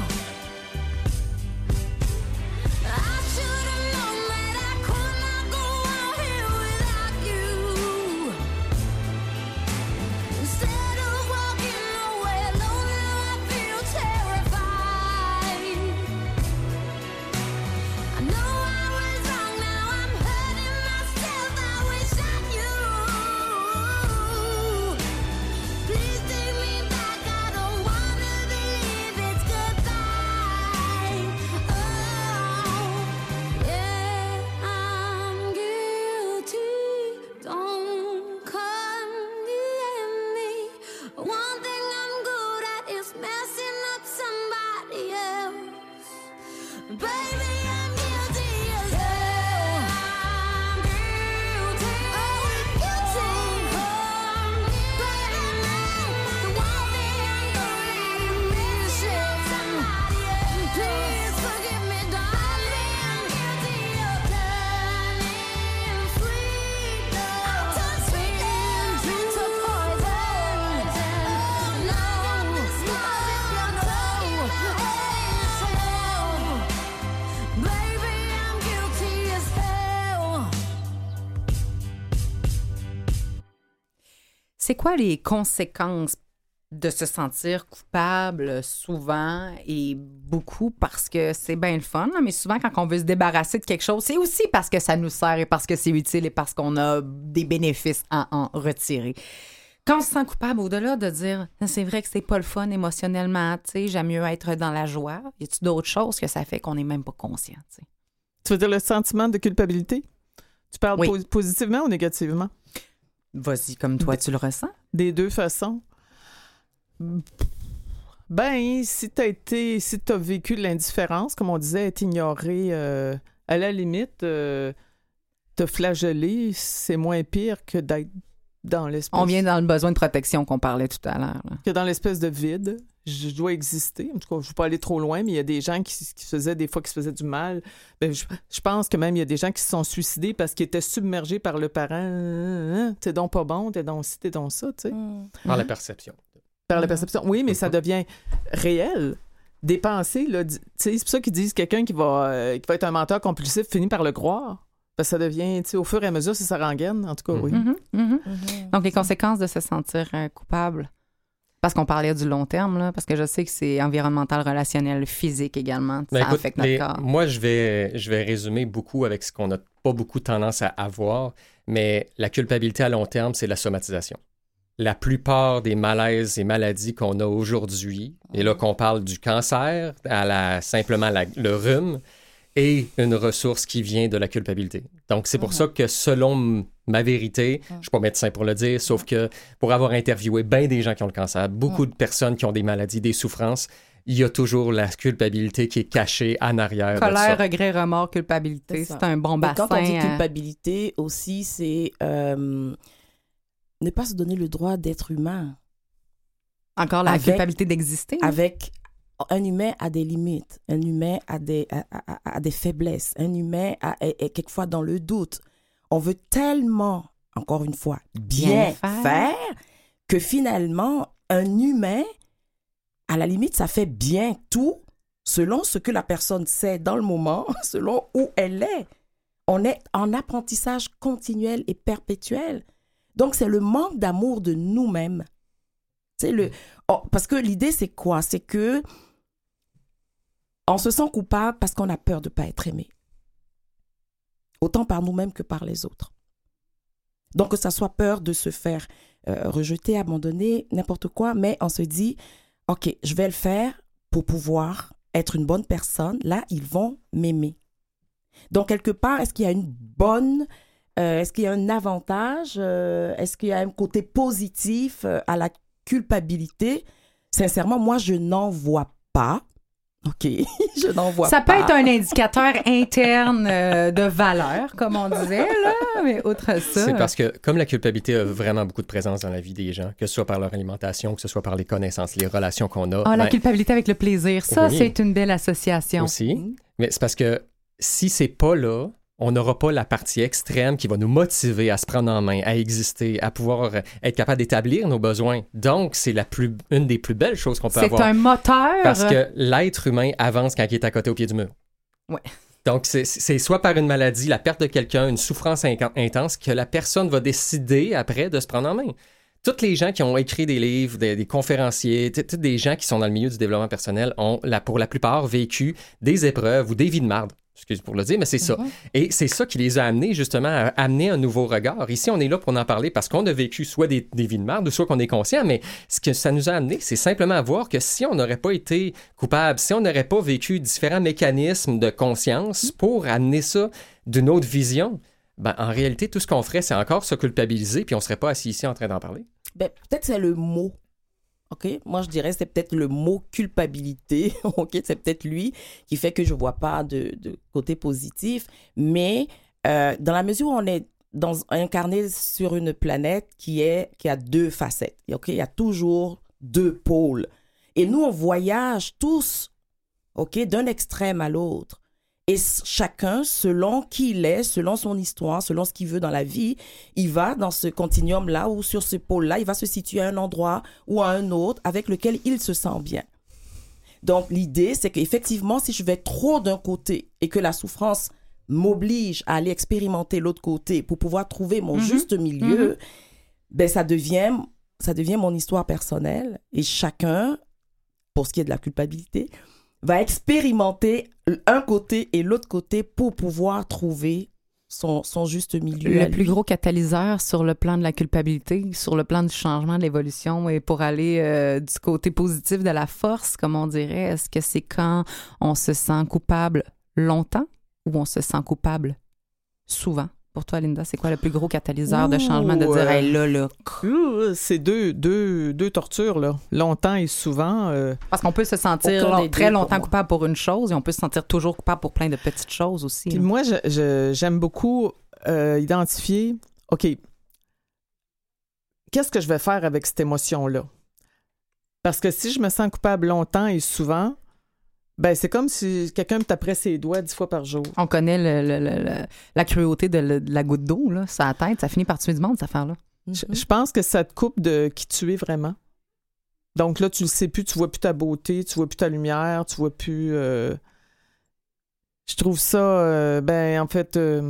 I should have known that I could not go out here without you. Instead of walking away alone, now I feel terrified. I know I was wrong, now I'm hurting myself. I wish I knew. Please take me back, I don't wanna believe it's goodbye. Oh, yeah, I'm guilty. Don't come near me. One thing I'm good at is messing up somebody else. Baby, I'm guilty as hell. I'm guilty. Oh, I'm guilty. The one thing I'm good at is messing somebody else. Please forgive me, darling. I'm guilty of turning sweet love into poison. No, baby, I'm guilty as hell. C'est quoi les conséquences de se sentir coupable souvent et beaucoup parce que c'est bien le fun, là, mais souvent quand on veut se débarrasser de quelque chose, c'est aussi parce que ça nous sert et parce que c'est utile et parce qu'on a des bénéfices à en retirer. quand on se sent coupable, au-delà de dire c'est vrai que c'est pas le fun émotionnellement, tu sais, j'aime mieux être dans la joie, y a-t-il d'autres choses que ça fait qu'on n'est même pas conscient, tu sais? Tu veux dire le sentiment de culpabilité? Tu parles Oui. po- positivement ou négativement? Vas-y, comme toi, tu le ressens? Des deux façons. Ben, si t'as été, si t'as vécu de l'indifférence, comme on disait, être ignoré, euh, à la limite, euh, te flageller, c'est moins pire que d'être dans l'espèce... On vient dans le besoin de protection qu'on parlait tout à l'heure. Là. Que dans l'espèce de vide. Je dois exister. En tout cas, je ne veux pas aller trop loin, mais il y a des gens qui, qui faisaient, des fois, qui se faisaient du mal. Ben, je, je pense que même il y a des gens qui se sont suicidés parce qu'ils étaient submergés par le parent. Hein, t'es donc pas bon, t'es donc ci, t'es donc ça, tu sais. Mm. Par la perception. Par la perception. Oui, mais ça devient réel. Des pensées, là, tu sais, c'est pour ça qu'ils disent quelqu'un qui va, euh, qui va être un menteur compulsif finit par le croire. Parce que ça devient, tu sais, au fur et à mesure, c'est sa rengaine. En tout cas, oui. Mm-hmm, mm-hmm. Mhm. Donc, les conséquences de se sentir euh, coupable. Parce qu'on parlait du long terme, là, parce que je sais que c'est environnemental, relationnel, physique également. Ben, ça écoute, affecte notre les- corps. Moi, je vais, je vais résumer beaucoup avec ce qu'on n'a pas beaucoup tendance à avoir, mais la culpabilité à long terme, c'est la somatisation. La plupart des malaises et maladies qu'on a aujourd'hui, et là qu'on parle du cancer, à la, simplement la- le rhume, est une ressource qui vient de la culpabilité. Donc, c'est pour ça que selon m- ma vérité, je ne suis pas médecin pour le dire, sauf que pour avoir interviewé bien des gens qui ont le cancer, beaucoup de personnes qui ont des maladies, des souffrances, il y a toujours la culpabilité qui est cachée en arrière de ça. Colère, regret, remords, culpabilité, C'est ça. c'est un bon Et bassin. quand on dit euh, culpabilité aussi, c'est euh, ne pas se donner le droit d'être humain. Encore la avec- culpabilité d'exister. là. Avec un humain a des limites, un humain a des, a, a- a des faiblesses, un humain a, est, est quelquefois dans le doute. On veut tellement, encore une fois, bien, Bien faire. faire. que finalement, un humain, à la limite, ça fait bien tout selon ce que la personne sait dans le moment, selon où elle est. On est en apprentissage continuel et perpétuel. Donc, c'est le manque d'amour de nous-mêmes. C'est le... oh, parce que l'idée, c'est quoi? C'est que on se sent coupable parce qu'on a peur de ne pas être aimé. Autant par nous-mêmes que par les autres. Donc, que ça soit peur de se faire euh, rejeter, abandonner, n'importe quoi, mais on se dit, OK, je vais le faire pour pouvoir être une bonne personne. Là, ils vont m'aimer. Donc, quelque part, est-ce qu'il y a une bonne... euh, est-ce qu'il y a un avantage? euh, est-ce qu'il y a un côté positif euh, à la culpabilité? Sincèrement, moi, je n'en vois pas. OK, je n'en vois Ça pas. peut être un indicateur interne euh, de valeur, comme on disait, là, mais outre ça... C'est parce que, comme la culpabilité a vraiment beaucoup de présence dans la vie des gens, que ce soit par leur alimentation, que ce soit par les connaissances, les relations qu'on a. Ah, la ben, culpabilité avec le plaisir, ça, Oui. c'est une belle association. aussi. Mais c'est parce que si c'est pas là, on n'aura pas la partie extrême qui va nous motiver à se prendre en main, à exister, à pouvoir être capable d'établir nos besoins. Donc, c'est la plus, une des plus belles choses qu'on peut C'est avoir. un moteur. Parce que l'être humain avance quand il est à côté au pied du mur. Ouais. Donc, c'est, c'est soit par une maladie, la perte de quelqu'un, une souffrance inca- intense, que la personne va décider après de se prendre en main. Tous les gens qui ont écrit des livres, des, des conférenciers, tous des gens qui sont dans le milieu du développement personnel ont, la, pour la plupart, vécu des épreuves ou des vies de marde. Excuse pour le dire, mais c'est ça. Et c'est ça qui les a amenés, justement, à amener un nouveau regard. Ici, on est là pour en parler parce qu'on a vécu soit des, des vies de marde ou soit qu'on est conscient, mais ce que ça nous a amené, c'est simplement à voir que si on n'aurait pas été coupable, si on n'aurait pas vécu différents mécanismes de conscience pour amener ça d'une autre vision, ben, en réalité, tout ce qu'on ferait, c'est encore se culpabiliser, puis on serait pas assis ici en train d'en parler. Ben, peut-être c'est le mot. OK? Moi, je dirais que c'est peut-être le mot culpabilité. OK? C'est peut-être lui qui fait que je ne vois pas de, de côté positif. Mais euh, dans la mesure où on est dans, incarné sur une planète qui, est, qui a deux facettes, OK? Il y a toujours deux pôles. Et nous, on voyage tous, OK? D'un extrême à l'autre. Et chacun, selon qui il est, selon son histoire, selon ce qu'il veut dans la vie, il va dans ce continuum-là ou sur ce pôle-là, il va se situer à un endroit ou à un autre avec lequel il se sent bien. Donc, l'idée, c'est qu'effectivement, si je vais trop d'un côté et que la souffrance m'oblige à aller expérimenter l'autre côté pour pouvoir trouver mon Mm-hmm. juste milieu, Mm-hmm. ben ça devient, ça devient mon histoire personnelle. Et chacun, pour ce qui est de la culpabilité, va expérimenter un côté et l'autre côté pour pouvoir trouver son, son juste milieu. Le à plus lui. gros catalyseur sur le plan de la culpabilité, sur le plan du changement, de l'évolution, et pour aller euh, du côté positif de la force, comme on dirait, est-ce que c'est quand on se sent coupable longtemps ou on se sent coupable souvent? Pour toi, Linda, c'est quoi le plus gros catalyseur de changement de dire, Ouh, hey, là, là. Ouh, c'est deux, deux, deux tortures, là. Longtemps et souvent. euh, Parce qu'on peut se sentir Aucun long- des très deux pour longtemps moi. coupable pour une chose et on peut se sentir toujours coupable pour plein de petites choses aussi. Puis là. moi, je, je- j'aime beaucoup euh, identifier, OK, qu'est-ce que je vais faire avec cette émotion-là? Parce que si je me sens coupable longtemps et souvent, ben c'est comme si quelqu'un me taperait ses doigts dix fois par jour. On connaît le- le- le- le- la cruauté de, le- de la goutte d'eau, là, sur la tête. Ça finit par tuer du monde, cette affaire-là. Je, Mhm. je pense que ça te coupe de qui tu es vraiment. Donc là, tu le sais plus, tu vois plus ta beauté, tu vois plus ta lumière, tu vois plus... euh, Je trouve ça, euh, ben en fait, euh,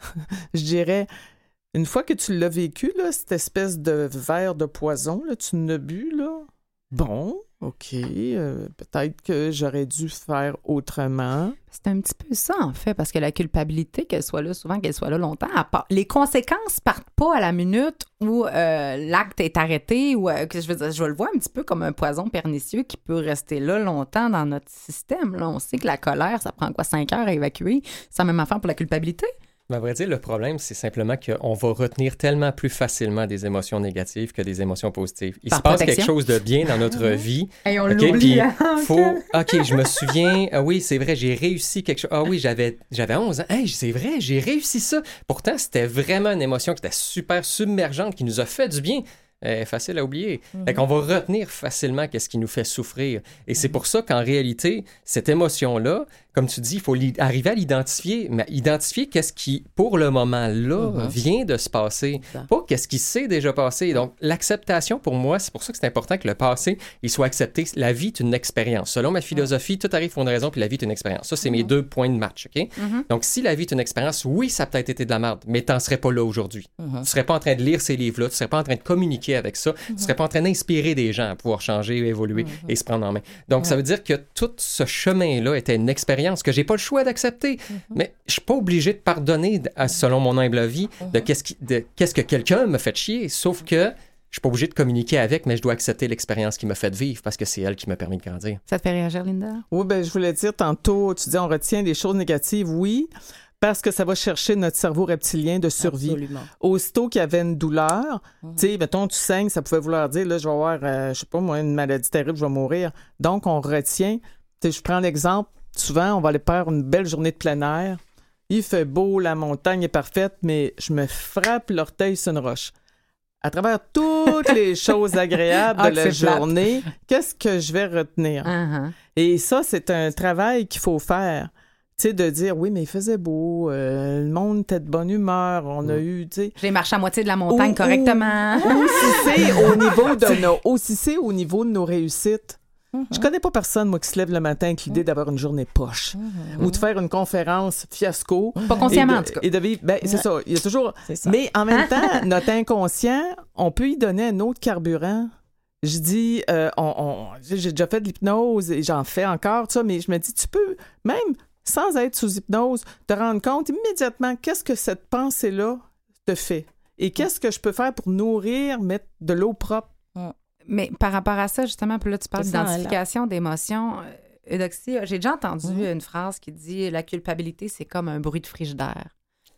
je dirais, une fois que tu l'as vécu, là, cette espèce de verre de poison, là, tu l'as bu, là, bon, OK, euh, peut-être que j'aurais dû faire autrement. C'est un petit peu ça, en fait, parce que la culpabilité, qu'elle soit là souvent, qu'elle soit là longtemps, elle part- les conséquences partent pas à la minute où euh, l'acte est arrêté, ou euh, que je veux dire, je le vois un petit peu comme un poison pernicieux qui peut rester là longtemps dans notre système. Là. On sait que la colère, ça prend quoi, cinq heures à évacuer. C'est la même affaire pour la culpabilité. Mais à vrai dire, le problème, c'est simplement qu'on va retenir tellement plus facilement des émotions négatives que des émotions positives. Il Par se passe protection. quelque chose de bien dans notre vie. Et on OK, l'oublie. puis hein, faut... OK, je me souviens... Ah oui, c'est vrai, j'ai réussi quelque chose. Ah oui, j'avais, j'avais onze ans. Hey, c'est vrai, j'ai réussi ça. Pourtant, c'était vraiment une émotion qui était super submergente, qui nous a fait du bien. Euh, facile à oublier. Mm-hmm. Fait qu'on va retenir facilement qu'est-ce qui nous fait souffrir. Et c'est pour ça qu'en réalité, cette émotion-là, comme tu dis, il faut l'i- arriver à l'identifier, mais identifier qu'est-ce qui, pour le moment-là, Mhm. vient de se passer, Ça. pas qu'est-ce qui s'est déjà passé. Donc, l'acceptation, pour moi, c'est pour ça que c'est important que le passé, il soit accepté. La vie est une expérience. Selon ma philosophie, tout arrive pour une raison, puis la vie est une expérience. Ça, c'est mes deux points de match, OK? Mhm. Donc, si la vie est une expérience, oui, ça a peut-être été de la merde, mais t'en serais pas là aujourd'hui. Mhm. Tu serais pas en train de lire ces livres-là, tu serais pas en train de communiquer avec ça, tu serais pas en train d'inspirer des gens à pouvoir changer, évoluer et se prendre en main. Donc, ça veut dire que tout ce chemin-là était une expérience que j'ai pas le choix d'accepter. Mais je suis pas obligé de pardonner, de- à- selon mon humble avis, de qu'est-ce qui- de qu'est-ce que quelqu'un me fait chier, sauf que je suis pas obligé de communiquer avec, mais je dois accepter l'expérience qui m'a fait vivre parce que c'est elle qui m'a permis de grandir. Ça te fait réagir, Linda? Oui, ben je voulais dire tantôt, tu dis on retient des choses négatives, oui, parce que ça va chercher notre cerveau reptilien de survie. Absolument. Aussitôt qu'il y avait une douleur, tu sais, mettons, tu saignes, ça pouvait vouloir dire, là, je vais avoir, euh, je sais pas moi, une maladie terrible, je vais mourir. Donc, on retient. Tu sais, je prends l'exemple, souvent, on va aller faire une belle journée de plein air. Il fait beau, la montagne est parfaite, mais je me frappe l'orteil sur une roche. À travers toutes les choses agréables Ah, de que la c'est plate. journée, qu'est-ce que je vais retenir? Uh-huh. Et ça, c'est un travail qu'il faut faire. Tu sais, de dire, oui, mais il faisait beau, euh, le monde était de bonne humeur, on a eu, tu sais... J'ai marché à moitié de la montagne Ou- correctement. Ou si c'est au niveau de nos, ou si c'est au niveau de nos réussites. Je connais pas personne, moi, qui se lève le matin avec l'idée d'avoir une journée poche. Ou de faire une conférence fiasco. Pas consciemment, Et de- en tout cas. Et de vivre... Ben, c'est ça. Il y a toujours... C'est ça. Mais en même temps, notre inconscient, on peut y donner un autre carburant. Je dis, euh, on, on- j'ai déjà fait de l'hypnose et j'en fais encore, ça, mais je me dis, tu peux, même sans être sous hypnose, te rendre compte immédiatement qu'est-ce que cette pensée-là te fait. Et qu'est-ce que je peux faire pour nourrir, mettre de l'eau propre. Mais par rapport à ça, justement, puis là, tu parles C'est ça, d'identification d'émotions. Euh, Eudoxie, j'ai déjà entendu Mhm. une phrase qui dit « La culpabilité, c'est comme un bruit de frigidaire.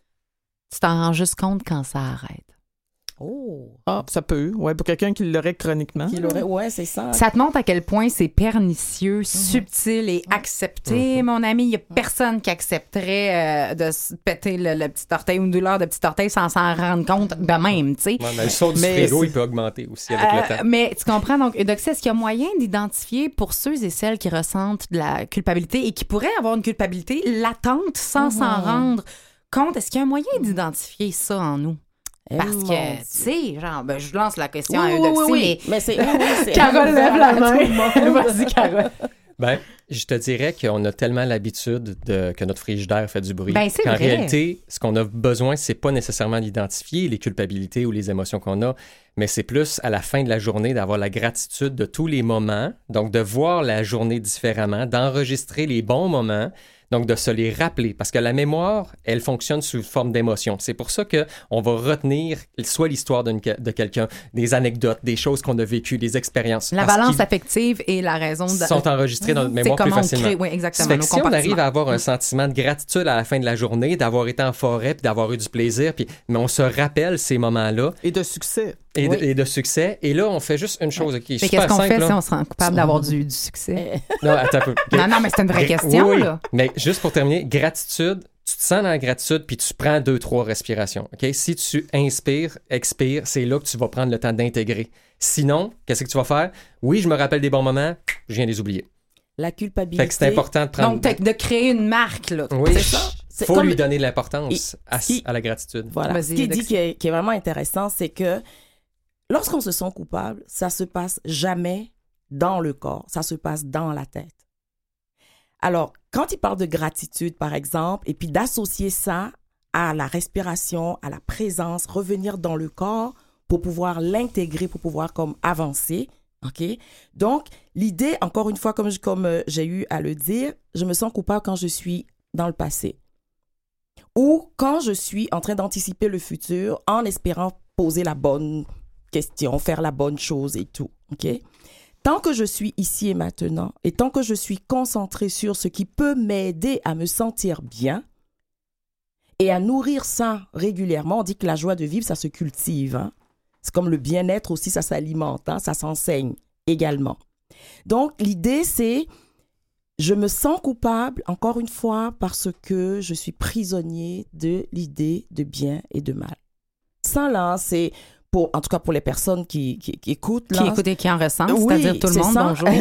Tu t'en rends juste compte quand ça arrête. Oh. Ah, ça peut. Ouais, pour quelqu'un qui l'aurait chroniquement. Qui l'aurait... Ouais, c'est ça. Ça te montre à quel point c'est pernicieux, subtil et accepté. Mon ami, il n'y a personne qui accepterait euh, de se péter le, le petit orteil ou une douleur de petit orteil sans s'en rendre compte de même, tu sais. Ouais, mais le son du Mais frigo, c'est- il peut augmenter aussi avec le Euh, temps. mais tu comprends, donc, Eudoxie, est-ce qu'il y a moyen d'identifier pour ceux et celles qui ressentent de la culpabilité et qui pourraient avoir une culpabilité latente sans s'en rendre compte? Est-ce qu'il y a un moyen d'identifier ça en nous? Eh, Parce mon que, Dieu. tu sais, genre, ben, je lance la question Oui, à oui, Eudoxie, oui, oui. mais... Mais c'est... oui, oui, c'est- Carole lève la Tout le monde. main. Vas-y, Carole. Ben, je te dirais qu'on a tellement l'habitude de, que notre frigidaire fait du bruit. Ben, c'est qu'en vrai. réalité, ce qu'on a besoin, c'est pas nécessairement d'identifier les culpabilités ou les émotions qu'on a, mais c'est plus à la fin de la journée d'avoir la gratitude de tous les moments, donc de voir la journée différemment, d'enregistrer les bons moments, Donc, de se les rappeler, parce que la mémoire, elle fonctionne sous forme d'émotion. C'est pour ça qu'on va retenir soit l'histoire d'une, de quelqu'un, des anecdotes, des choses qu'on a vécues, des expériences. La balance affective et la raison de... sont enregistrées dans notre mémoire plus facilement. Crée, oui, exactement. Ça fait que si on arrive à avoir un sentiment de gratitude à la fin de la journée, d'avoir été en forêt, puis d'avoir eu du plaisir, puis, mais on se rappelle ces moments-là. Et de succès. Et, oui. de, et de succès. Et là, on fait juste une chose qui est mais super simple. Qu'est-ce qu'on simple, fait là. si on se rend coupable d'avoir du, du succès? Non, attends un peu. Non, non, mais c'est une vraie question, oui, là. Mais juste pour terminer, gratitude, tu te sens dans la gratitude, puis tu prends deux, trois respirations. OK? Si tu inspires, expires, c'est là que tu vas prendre le temps d'intégrer. Sinon, qu'est-ce que tu vas faire? Oui, je me rappelle des bons moments, je viens de les oublier. La culpabilité. Fait que c'est important de prendre... Donc, de créer une marque, là. Oui, c'est ça. Il faut lui donner de l'importance à, qui... à la gratitude. Voilà. Vas-y, Ce qu'il dit Alexis. qui est, qui est vraiment intéressant, c'est que lorsqu'on se sent coupable, ça se passe jamais dans le corps, ça se passe dans la tête. Alors, quand il parle de gratitude, par exemple, et puis d'associer ça à la respiration, à la présence, revenir dans le corps pour pouvoir l'intégrer, pour pouvoir comme avancer, OK? Donc, l'idée, encore une fois, comme, je, comme euh, j'ai eu à le dire, je me sens coupable quand je suis dans le passé ou quand je suis en train d'anticiper le futur en espérant poser la bonne question, faire la bonne chose et tout, OK? Tant que je suis ici et maintenant et tant que je suis concentrée sur ce qui peut m'aider à me sentir bien et à nourrir ça régulièrement, on dit que la joie de vivre, ça se cultive, hein? C'est comme le bien-être aussi, ça s'alimente, hein? Ça s'enseigne également. Donc, l'idée, c'est, je me sens coupable, encore une fois, parce que je suis prisonnier de l'idée de bien et de mal. Ça, là, c'est, pour, en tout cas pour les personnes qui, qui, qui écoutent. Là, qui écoutent et qui en ressentent, oui, c'est-à-dire tout le monde, ça. bonjour.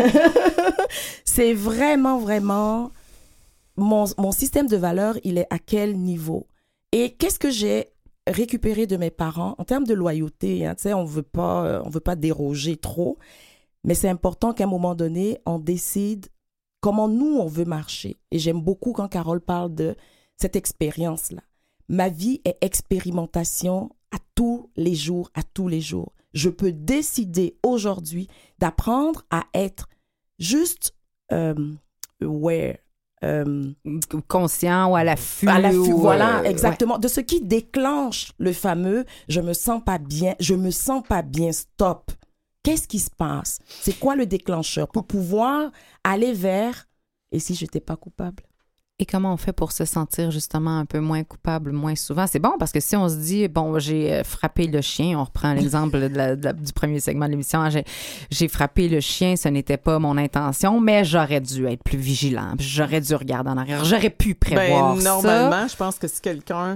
C'est vraiment, vraiment, mon, mon système de valeurs, il est à quel niveau? Et qu'est-ce que j'ai récupéré de mes parents en termes de loyauté? Hein, tu sais, on veut pas, on veut pas déroger trop, mais c'est important qu'à un moment donné, on décide comment nous, on veut marcher. Et j'aime beaucoup quand Carole parle de cette expérience-là. Ma vie est expérimentation à tous les jours, à tous les jours. Je peux décider aujourd'hui d'apprendre à être juste euh, aware, euh, conscient ou à l'affût. à l'affût, ou, voilà, euh, exactement. Ouais. De ce qui déclenche le fameux « je me sens pas bien, je me sens pas bien, stop ». Qu'est-ce qui se passe? C'est quoi le déclencheur pour pouvoir aller vers « et si je n'étais pas coupable ». Et comment on fait pour se sentir justement un peu moins coupable, moins souvent? C'est bon parce que si on se dit, bon, j'ai frappé le chien, on reprend l'exemple de la, de la, du premier segment de l'émission, j'ai, j'ai frappé le chien, ce n'était pas mon intention, mais j'aurais dû être plus vigilant, j'aurais dû regarder en arrière, j'aurais pu prévoir ben, ça. Normalement, je pense que si quelqu'un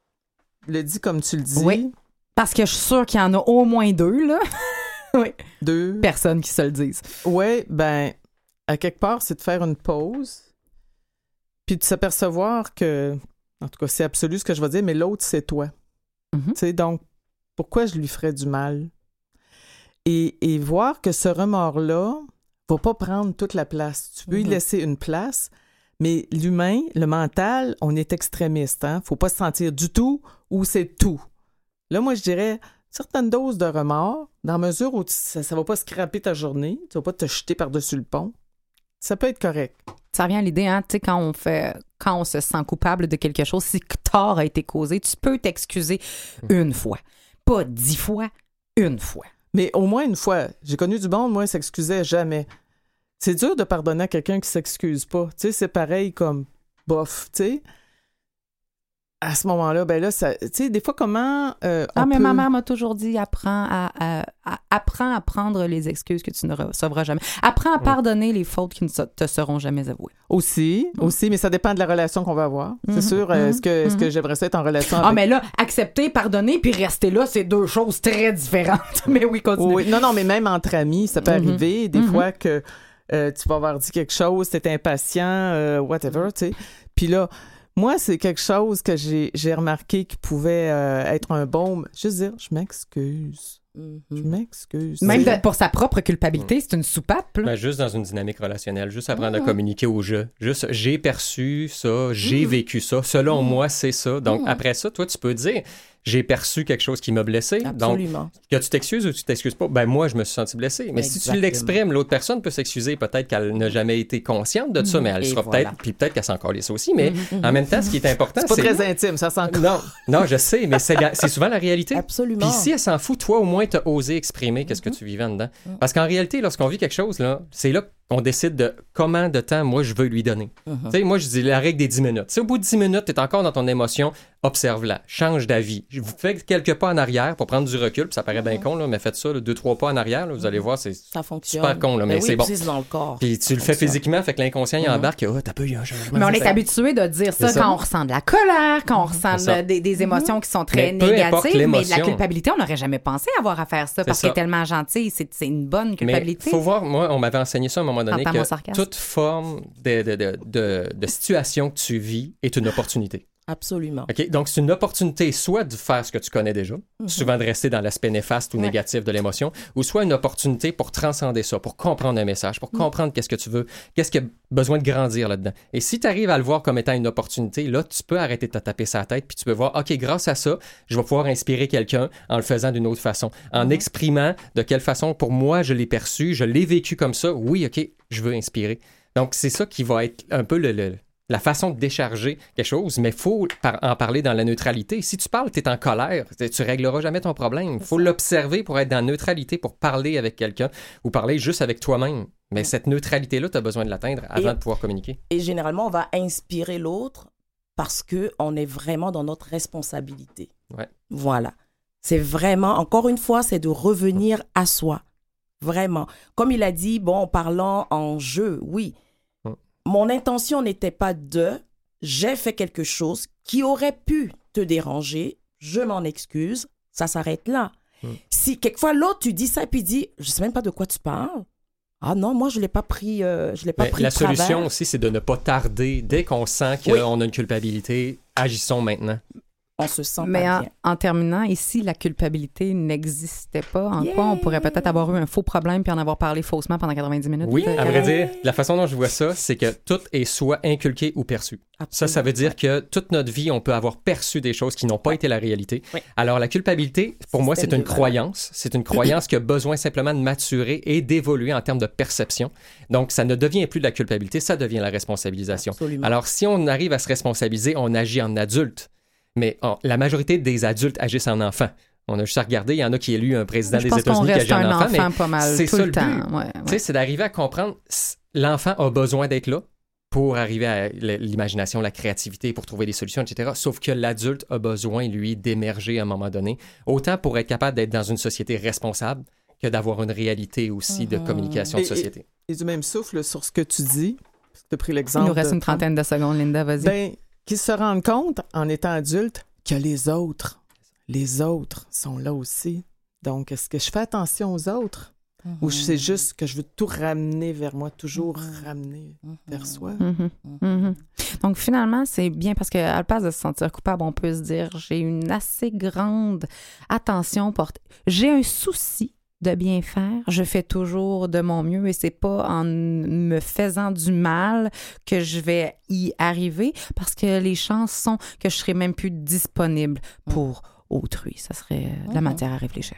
le dit comme tu le dis... Oui, parce que je suis sûre qu'il y en a au moins deux, là. Oui. Deux. Personnes qui se le disent. Oui, ben, à quelque part, c'est de faire une pause. Puis de s'apercevoir que, en tout cas, c'est absolu ce que je vais dire, mais l'autre, c'est toi. Mm-hmm. Tu sais, donc, pourquoi je lui ferais du mal? Et, et voir que ce remords-là va pas prendre toute la place. Tu peux mm-hmm. y laisser une place, mais l'humain, le mental, on est extrémiste. Hein? Faut pas se sentir du tout ou c'est tout. Là, moi, je dirais certaines doses de remords, dans la mesure où tu, ça, ça va pas scraper ta journée, tu vas pas te jeter par-dessus le pont. Ça peut être correct. Ça revient à l'idée, hein, tu sais, quand on fait, quand on se sent coupable de quelque chose, si tort a été causé, tu peux t'excuser une fois. Pas dix fois, une fois. Mais au moins une fois. J'ai connu du monde, moi, il s'excusait jamais. C'est dur de pardonner à quelqu'un qui s'excuse pas. Tu sais, c'est pareil comme bof, tu sais. À ce moment-là, ben là, ça, tu sais, des fois, comment euh, on Ah, mais peut... ma mère m'a toujours dit, apprends à, à, à, apprends à prendre les excuses que tu ne recevras jamais. Apprends à pardonner mmh. les fautes qui ne te seront jamais avouées. Aussi, mmh. aussi, mais ça dépend de la relation qu'on va avoir. Mmh. C'est sûr, mmh. est-ce que, est-ce que j'aimerais ça être en relation avec... Ah, mais là, accepter, pardonner, puis rester là, c'est deux choses très différentes. Mais oui, continue. Oui, non, non, mais même entre amis, ça peut mmh. arriver, des mmh. fois que euh, tu vas avoir dit quelque chose, t'es impatient, euh, whatever, tu sais. Puis là... Moi, c'est quelque chose que j'ai, j'ai remarqué qui pouvait euh, être un baume. Juste dire, je m'excuse. Mm-hmm. Je m'excuse. Même de, pour sa propre culpabilité, mm. c'est une soupape. Là. Ben, juste dans une dynamique relationnelle, juste apprendre mm. à communiquer au jeu. Juste, j'ai perçu ça, j'ai mm. vécu ça. Selon mm. moi, c'est ça. Donc, mm. après ça, toi, tu peux dire, j'ai perçu quelque chose qui m'a blessé. Absolument. Donc, que tu t'excuses ou tu t'excuses pas, ben moi, je me suis senti blessé. Mais Exactement. si tu l'exprimes, l'autre personne peut s'excuser. Peut-être qu'elle n'a jamais été consciente de ça, mais elle Et sera voilà. peut-être, puis peut-être qu'elle s'en calisse aussi. Mais mm-hmm. en même temps, ce qui est important, c'est... c'est... pas très intime, ça s'en Non, non, je sais, mais c'est, c'est souvent la réalité. Absolument. Puis si elle s'en fout, toi, au moins, t'as osé exprimer qu'est-ce que tu vivais en dedans. Mm-hmm. Parce qu'en réalité, lorsqu'on vit quelque chose, là, c'est là qu'on décide de combien de temps, moi, je veux lui donner. Mm-hmm. Tu sais, moi, je dis la règle des dix minutes. Tu sais, au bout de dix minutes, t'es encore dans ton émotion, observe-la, change d'avis. Vous faites quelques pas en arrière pour prendre du recul, puis ça paraît bien con, là, mais faites ça, là, deux, trois pas en arrière, là, vous allez voir, c'est ça fonctionne. super con, là, mais, mais oui, c'est bon. C'est dans le corps. Puis tu ça le fais fonctionne. physiquement, fait que l'inconscient, il Mm-hmm. embarque, oh, t'as pas eu un changement. Mais on est habitué de dire ça, ça quand on ressent de la colère, quand on ressent ça. de- des, des émotions Mm-hmm. qui sont très Mais peu importe négatives, mais de la l'émotion. culpabilité, on n'aurait jamais pensé avoir à faire ça C'est parce ça. qu'elle est tellement gentille. C'est, c'est une bonne Mais culpabilité. faut voir, moi, on m'avait enseigné ça à un moment donné, Entends mon que sarcasme. toute forme de, de, de, de, de situation que tu vis est une opportunité. Absolument. OK? Donc, c'est une opportunité soit de faire ce que tu connais déjà, Mm-hmm. souvent de rester dans l'aspect néfaste ou Ouais. négatif de l'émotion, ou soit une opportunité pour transcender ça, pour comprendre un message, pour comprendre qu'est-ce que tu veux, qu'est-ce qui a besoin de grandir là-dedans. Et si tu arrives à le voir comme étant une opportunité, là, tu peux arrêter de te taper sa tête, puis tu peux voir, OK, grâce à ça, je vais pouvoir inspirer quelqu'un en le faisant d'une autre façon, en Mm-hmm. exprimant de quelle façon, pour moi, je l'ai perçu, je l'ai vécu comme ça, oui, OK, je veux inspirer. Donc, c'est ça qui va être un peu le... le la façon de décharger quelque chose, mais il faut par- en parler dans la neutralité. Si tu parles, tu es en colère, tu régleras jamais ton problème. Il faut l'observer pour être dans la neutralité, pour parler avec quelqu'un ou parler juste avec toi-même. Mais cette neutralité-là, tu as besoin de l'atteindre avant Et- de pouvoir communiquer. Et généralement, on va inspirer l'autre parce qu'on est vraiment dans notre responsabilité. Ouais. Voilà. C'est vraiment, encore une fois, c'est de revenir à soi. Vraiment. Comme il a dit, bon, en parlant en jeu, oui. Mm. Mon intention n'était pas de, j'ai fait quelque chose qui aurait pu te déranger, je m'en excuse, ça s'arrête là. Mm. Si quelquefois l'autre, tu dis ça et puis il dit, je sais même pas de quoi tu parles. Ah non, moi, je l'ai pas pris, euh, je l'ai pas Mais pris la de travers. solution aussi, c'est de ne pas tarder. Dès qu'on sent qu'on Oui. a une culpabilité, agissons maintenant. On se sent Mais pas en, bien. en terminant, ici, la culpabilité n'existait pas. En Yeah! quoi on pourrait peut-être avoir eu un faux problème puis en avoir parlé faussement pendant quatre-vingt-dix minutes? Oui, peut-être. à vrai dire, la façon dont je vois ça, c'est que tout est soit inculqué ou perçu. Ça, ça veut dire que toute notre vie, on peut avoir perçu des choses qui n'ont pas été la réalité. Oui. Alors, la culpabilité, pour moi, c'est Système une de valeurs. croyance. C'est une croyance qui a besoin simplement de maturer et d'évoluer en termes de perception. Donc, ça ne devient plus de la culpabilité, ça devient la responsabilisation. Absolument. Alors, si on arrive à se responsabiliser, on agit en adulte. Mais on- la majorité des adultes agissent en enfant. On a juste à regarder, il y en a qui élu un président Je des pense qu'on États-Unis qui reste agit en un enfant, enfant mais pas mal c'est tout ça le le temps. but. Ouais, Tu sais, ouais. c'est d'arriver à comprendre, s- l'enfant a besoin d'être là pour arriver à l- l'imagination, la créativité, pour trouver des solutions, et cetera. Sauf que l'adulte a besoin, lui, d'émerger à un moment donné, autant pour être capable d'être dans une société responsable que d'avoir une réalité aussi de communication de Et- société. Et du même souffle sur ce que tu dis, parce que tu as pris Il l'exemple. nous reste de- une trentaine de secondes, Linda, vas-y. Ben, qu'ils se rendent compte, en étant adulte, que les autres, les autres sont là aussi. Donc, est-ce que je fais attention aux autres? Ou c'est juste que je veux tout ramener vers moi, toujours ramener vers soi? Mhm, mhm. Donc, finalement, c'est bien parce qu'à la place de se sentir coupable, on peut se dire j'ai une assez grande attention portée. J'ai un souci de bien faire. Je fais toujours de mon mieux et c'est pas en me faisant du mal que je vais y arriver parce que les chances sont que je serai même plus disponible pour autrui. Ça serait euh, de la matière à réfléchir.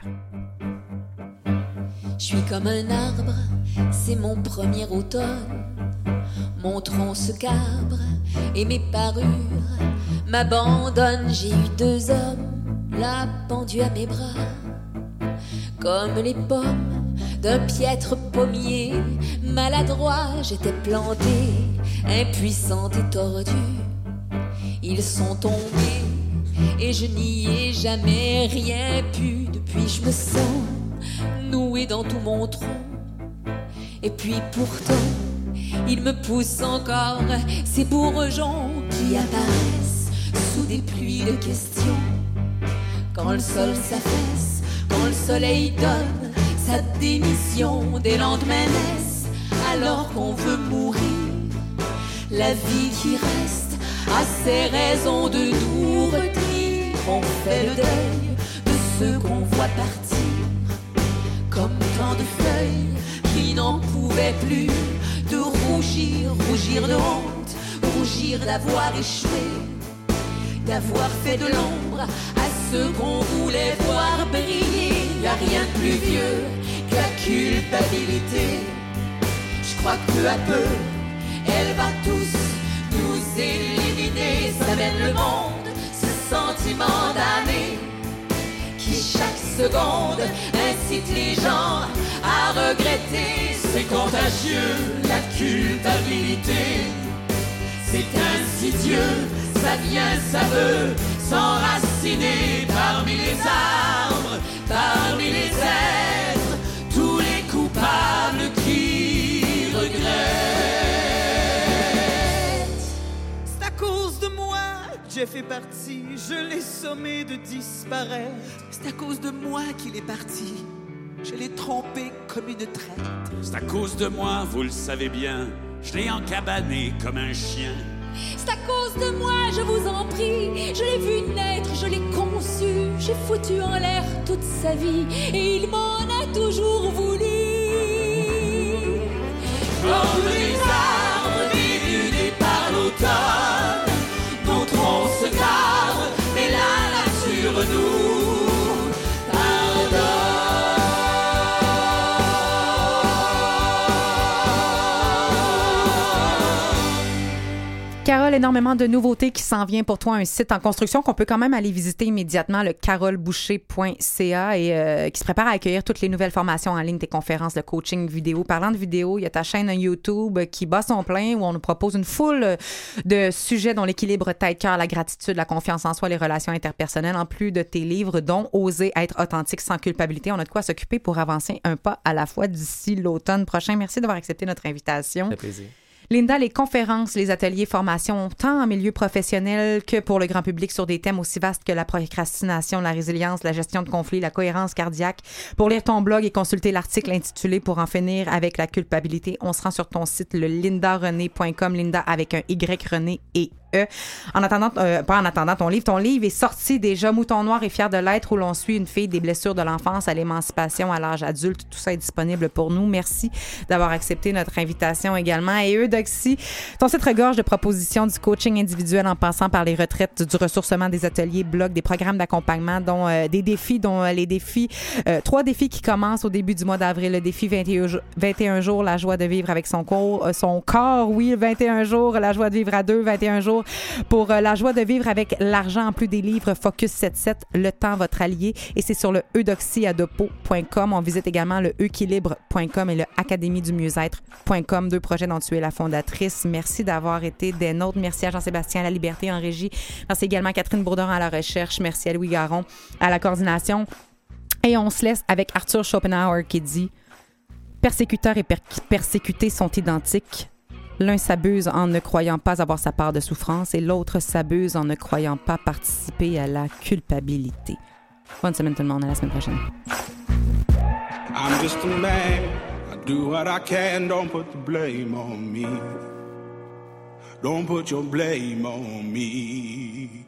Je suis comme un arbre, c'est mon premier automne. Mon tronc se cabre et mes parures m'abandonnent. J'ai eu deux hommes, là pendus à mes bras, comme les pommes d'un piètre pommier. Maladroit, j'étais planté, impuissante et tordue. Ils sont tombés et je n'y ai jamais rien pu. Depuis, je me sens noué dans tout mon tronc. Et puis pourtant, il me pousse encore ces bourgeons qui apparaissent sous des pluies de questions. Quand le sol s'affaisse, quand le soleil donne sa démission, des lendemains naissent alors qu'on veut mourir. La vie qui reste a ses raisons de nous retenir. On fait le deuil de ceux qu'on voit partir, comme tant de feuilles qui n'en pouvaient plus de rougir, rougir de honte, rougir d'avoir échoué. d'avoir fait de l'ombre à ceux qu'on voulait voir briller. Y a rien de plus vieux que la culpabilité. Je crois que peu à peu, elle va tous nous éliminer. Ça mène le monde, ce sentiment d'année qui chaque seconde incite les gens à regretter. C'est contagieux, la culpabilité. C'est insidieux, ça vient, ça veut s'enraciner parmi les arbres, parmi les êtres, tous les coupables qui regrettent. C'est à cause de moi que Jeff est parti, je l'ai sommé de disparaître. C'est à cause de moi qu'il est parti, je l'ai trompé comme une traite. C'est à cause de moi, vous le savez bien, je l'ai encabané comme un chien. C'est à cause de moi, je vous en prie. Je l'ai vu naître, je l'ai conçu. J'ai foutu en l'air toute sa vie et il m'en a toujours voulu. Comme les arbres dénudés par l'automne, nos troncs se gardent, mais la nature nous pardonne. Carole, énormément de nouveautés qui s'en vient pour toi, un site en construction qu'on peut quand même aller visiter immédiatement, le carole boucher point c a, et euh, qui se prépare à accueillir toutes les nouvelles formations en ligne, tes conférences, le coaching vidéo. Parlant de vidéo, il y a ta chaîne YouTube qui bat son plein où on nous propose une foule de sujets dont l'équilibre tête-cœur, la gratitude, la confiance en soi, les relations interpersonnelles, en plus de tes livres dont Oser être authentique sans culpabilité. On a de quoi s'occuper pour avancer un pas à la fois d'ici l'automne prochain. Merci d'avoir accepté notre invitation. Ça fait plaisir. Linda, les conférences, les ateliers, formations, tant en milieu professionnel que pour le grand public sur des thèmes aussi vastes que la procrastination, la résilience, la gestion de conflits, la cohérence cardiaque. Pour lire ton blog et consulter l'article intitulé Pour en finir avec la culpabilité, on se rend sur ton site, le linda rené point com, Linda avec un Y, René et E. En attendant, euh, pas en attendant ton livre, ton livre est sorti déjà, Mouton Noir et fier de l'être, où l'on suit une fille des blessures de l'enfance à l'émancipation à l'âge adulte. Tout ça est disponible pour nous. Merci d'avoir accepté notre invitation également. Et Eudoxie, ton site regorge de propositions du coaching individuel en passant par les retraites, du ressourcement des ateliers, blogs, des programmes d'accompagnement, dont euh, des défis, dont euh, les défis, euh, trois défis qui commencent au début du mois d'avril. Le défi vingt et un, vingt et un jours, la joie de vivre avec son corps, euh, son corps, oui, vingt et un jours, la joie de vivre à deux, vingt et un jours pour euh, la joie de vivre avec l'argent, en plus des livres Focus sept sept, Le temps, votre allié. Et c'est sur le eudoxieadopo point com. On visite également le euquilibre point com et le académie du mieux-être point com, deux projets dont tu es la fondatrice. Merci d'avoir été des nôtres. Merci à Jean-Sébastien à la Liberté en régie. Merci également à Catherine Bourdon à la recherche. Merci à Louis Garon à la coordination. Et on se laisse avec Arthur Schopenhauer qui dit « Persécuteurs et per- persécutés sont identiques. L'un s'abuse en ne croyant pas avoir sa part de souffrance et l'autre s'abuse en ne croyant pas participer à la culpabilité. » Bonne semaine tout le monde, à la semaine prochaine. I'm just a man, I do what I can, don't put the blame on me. Don't put your blame on me.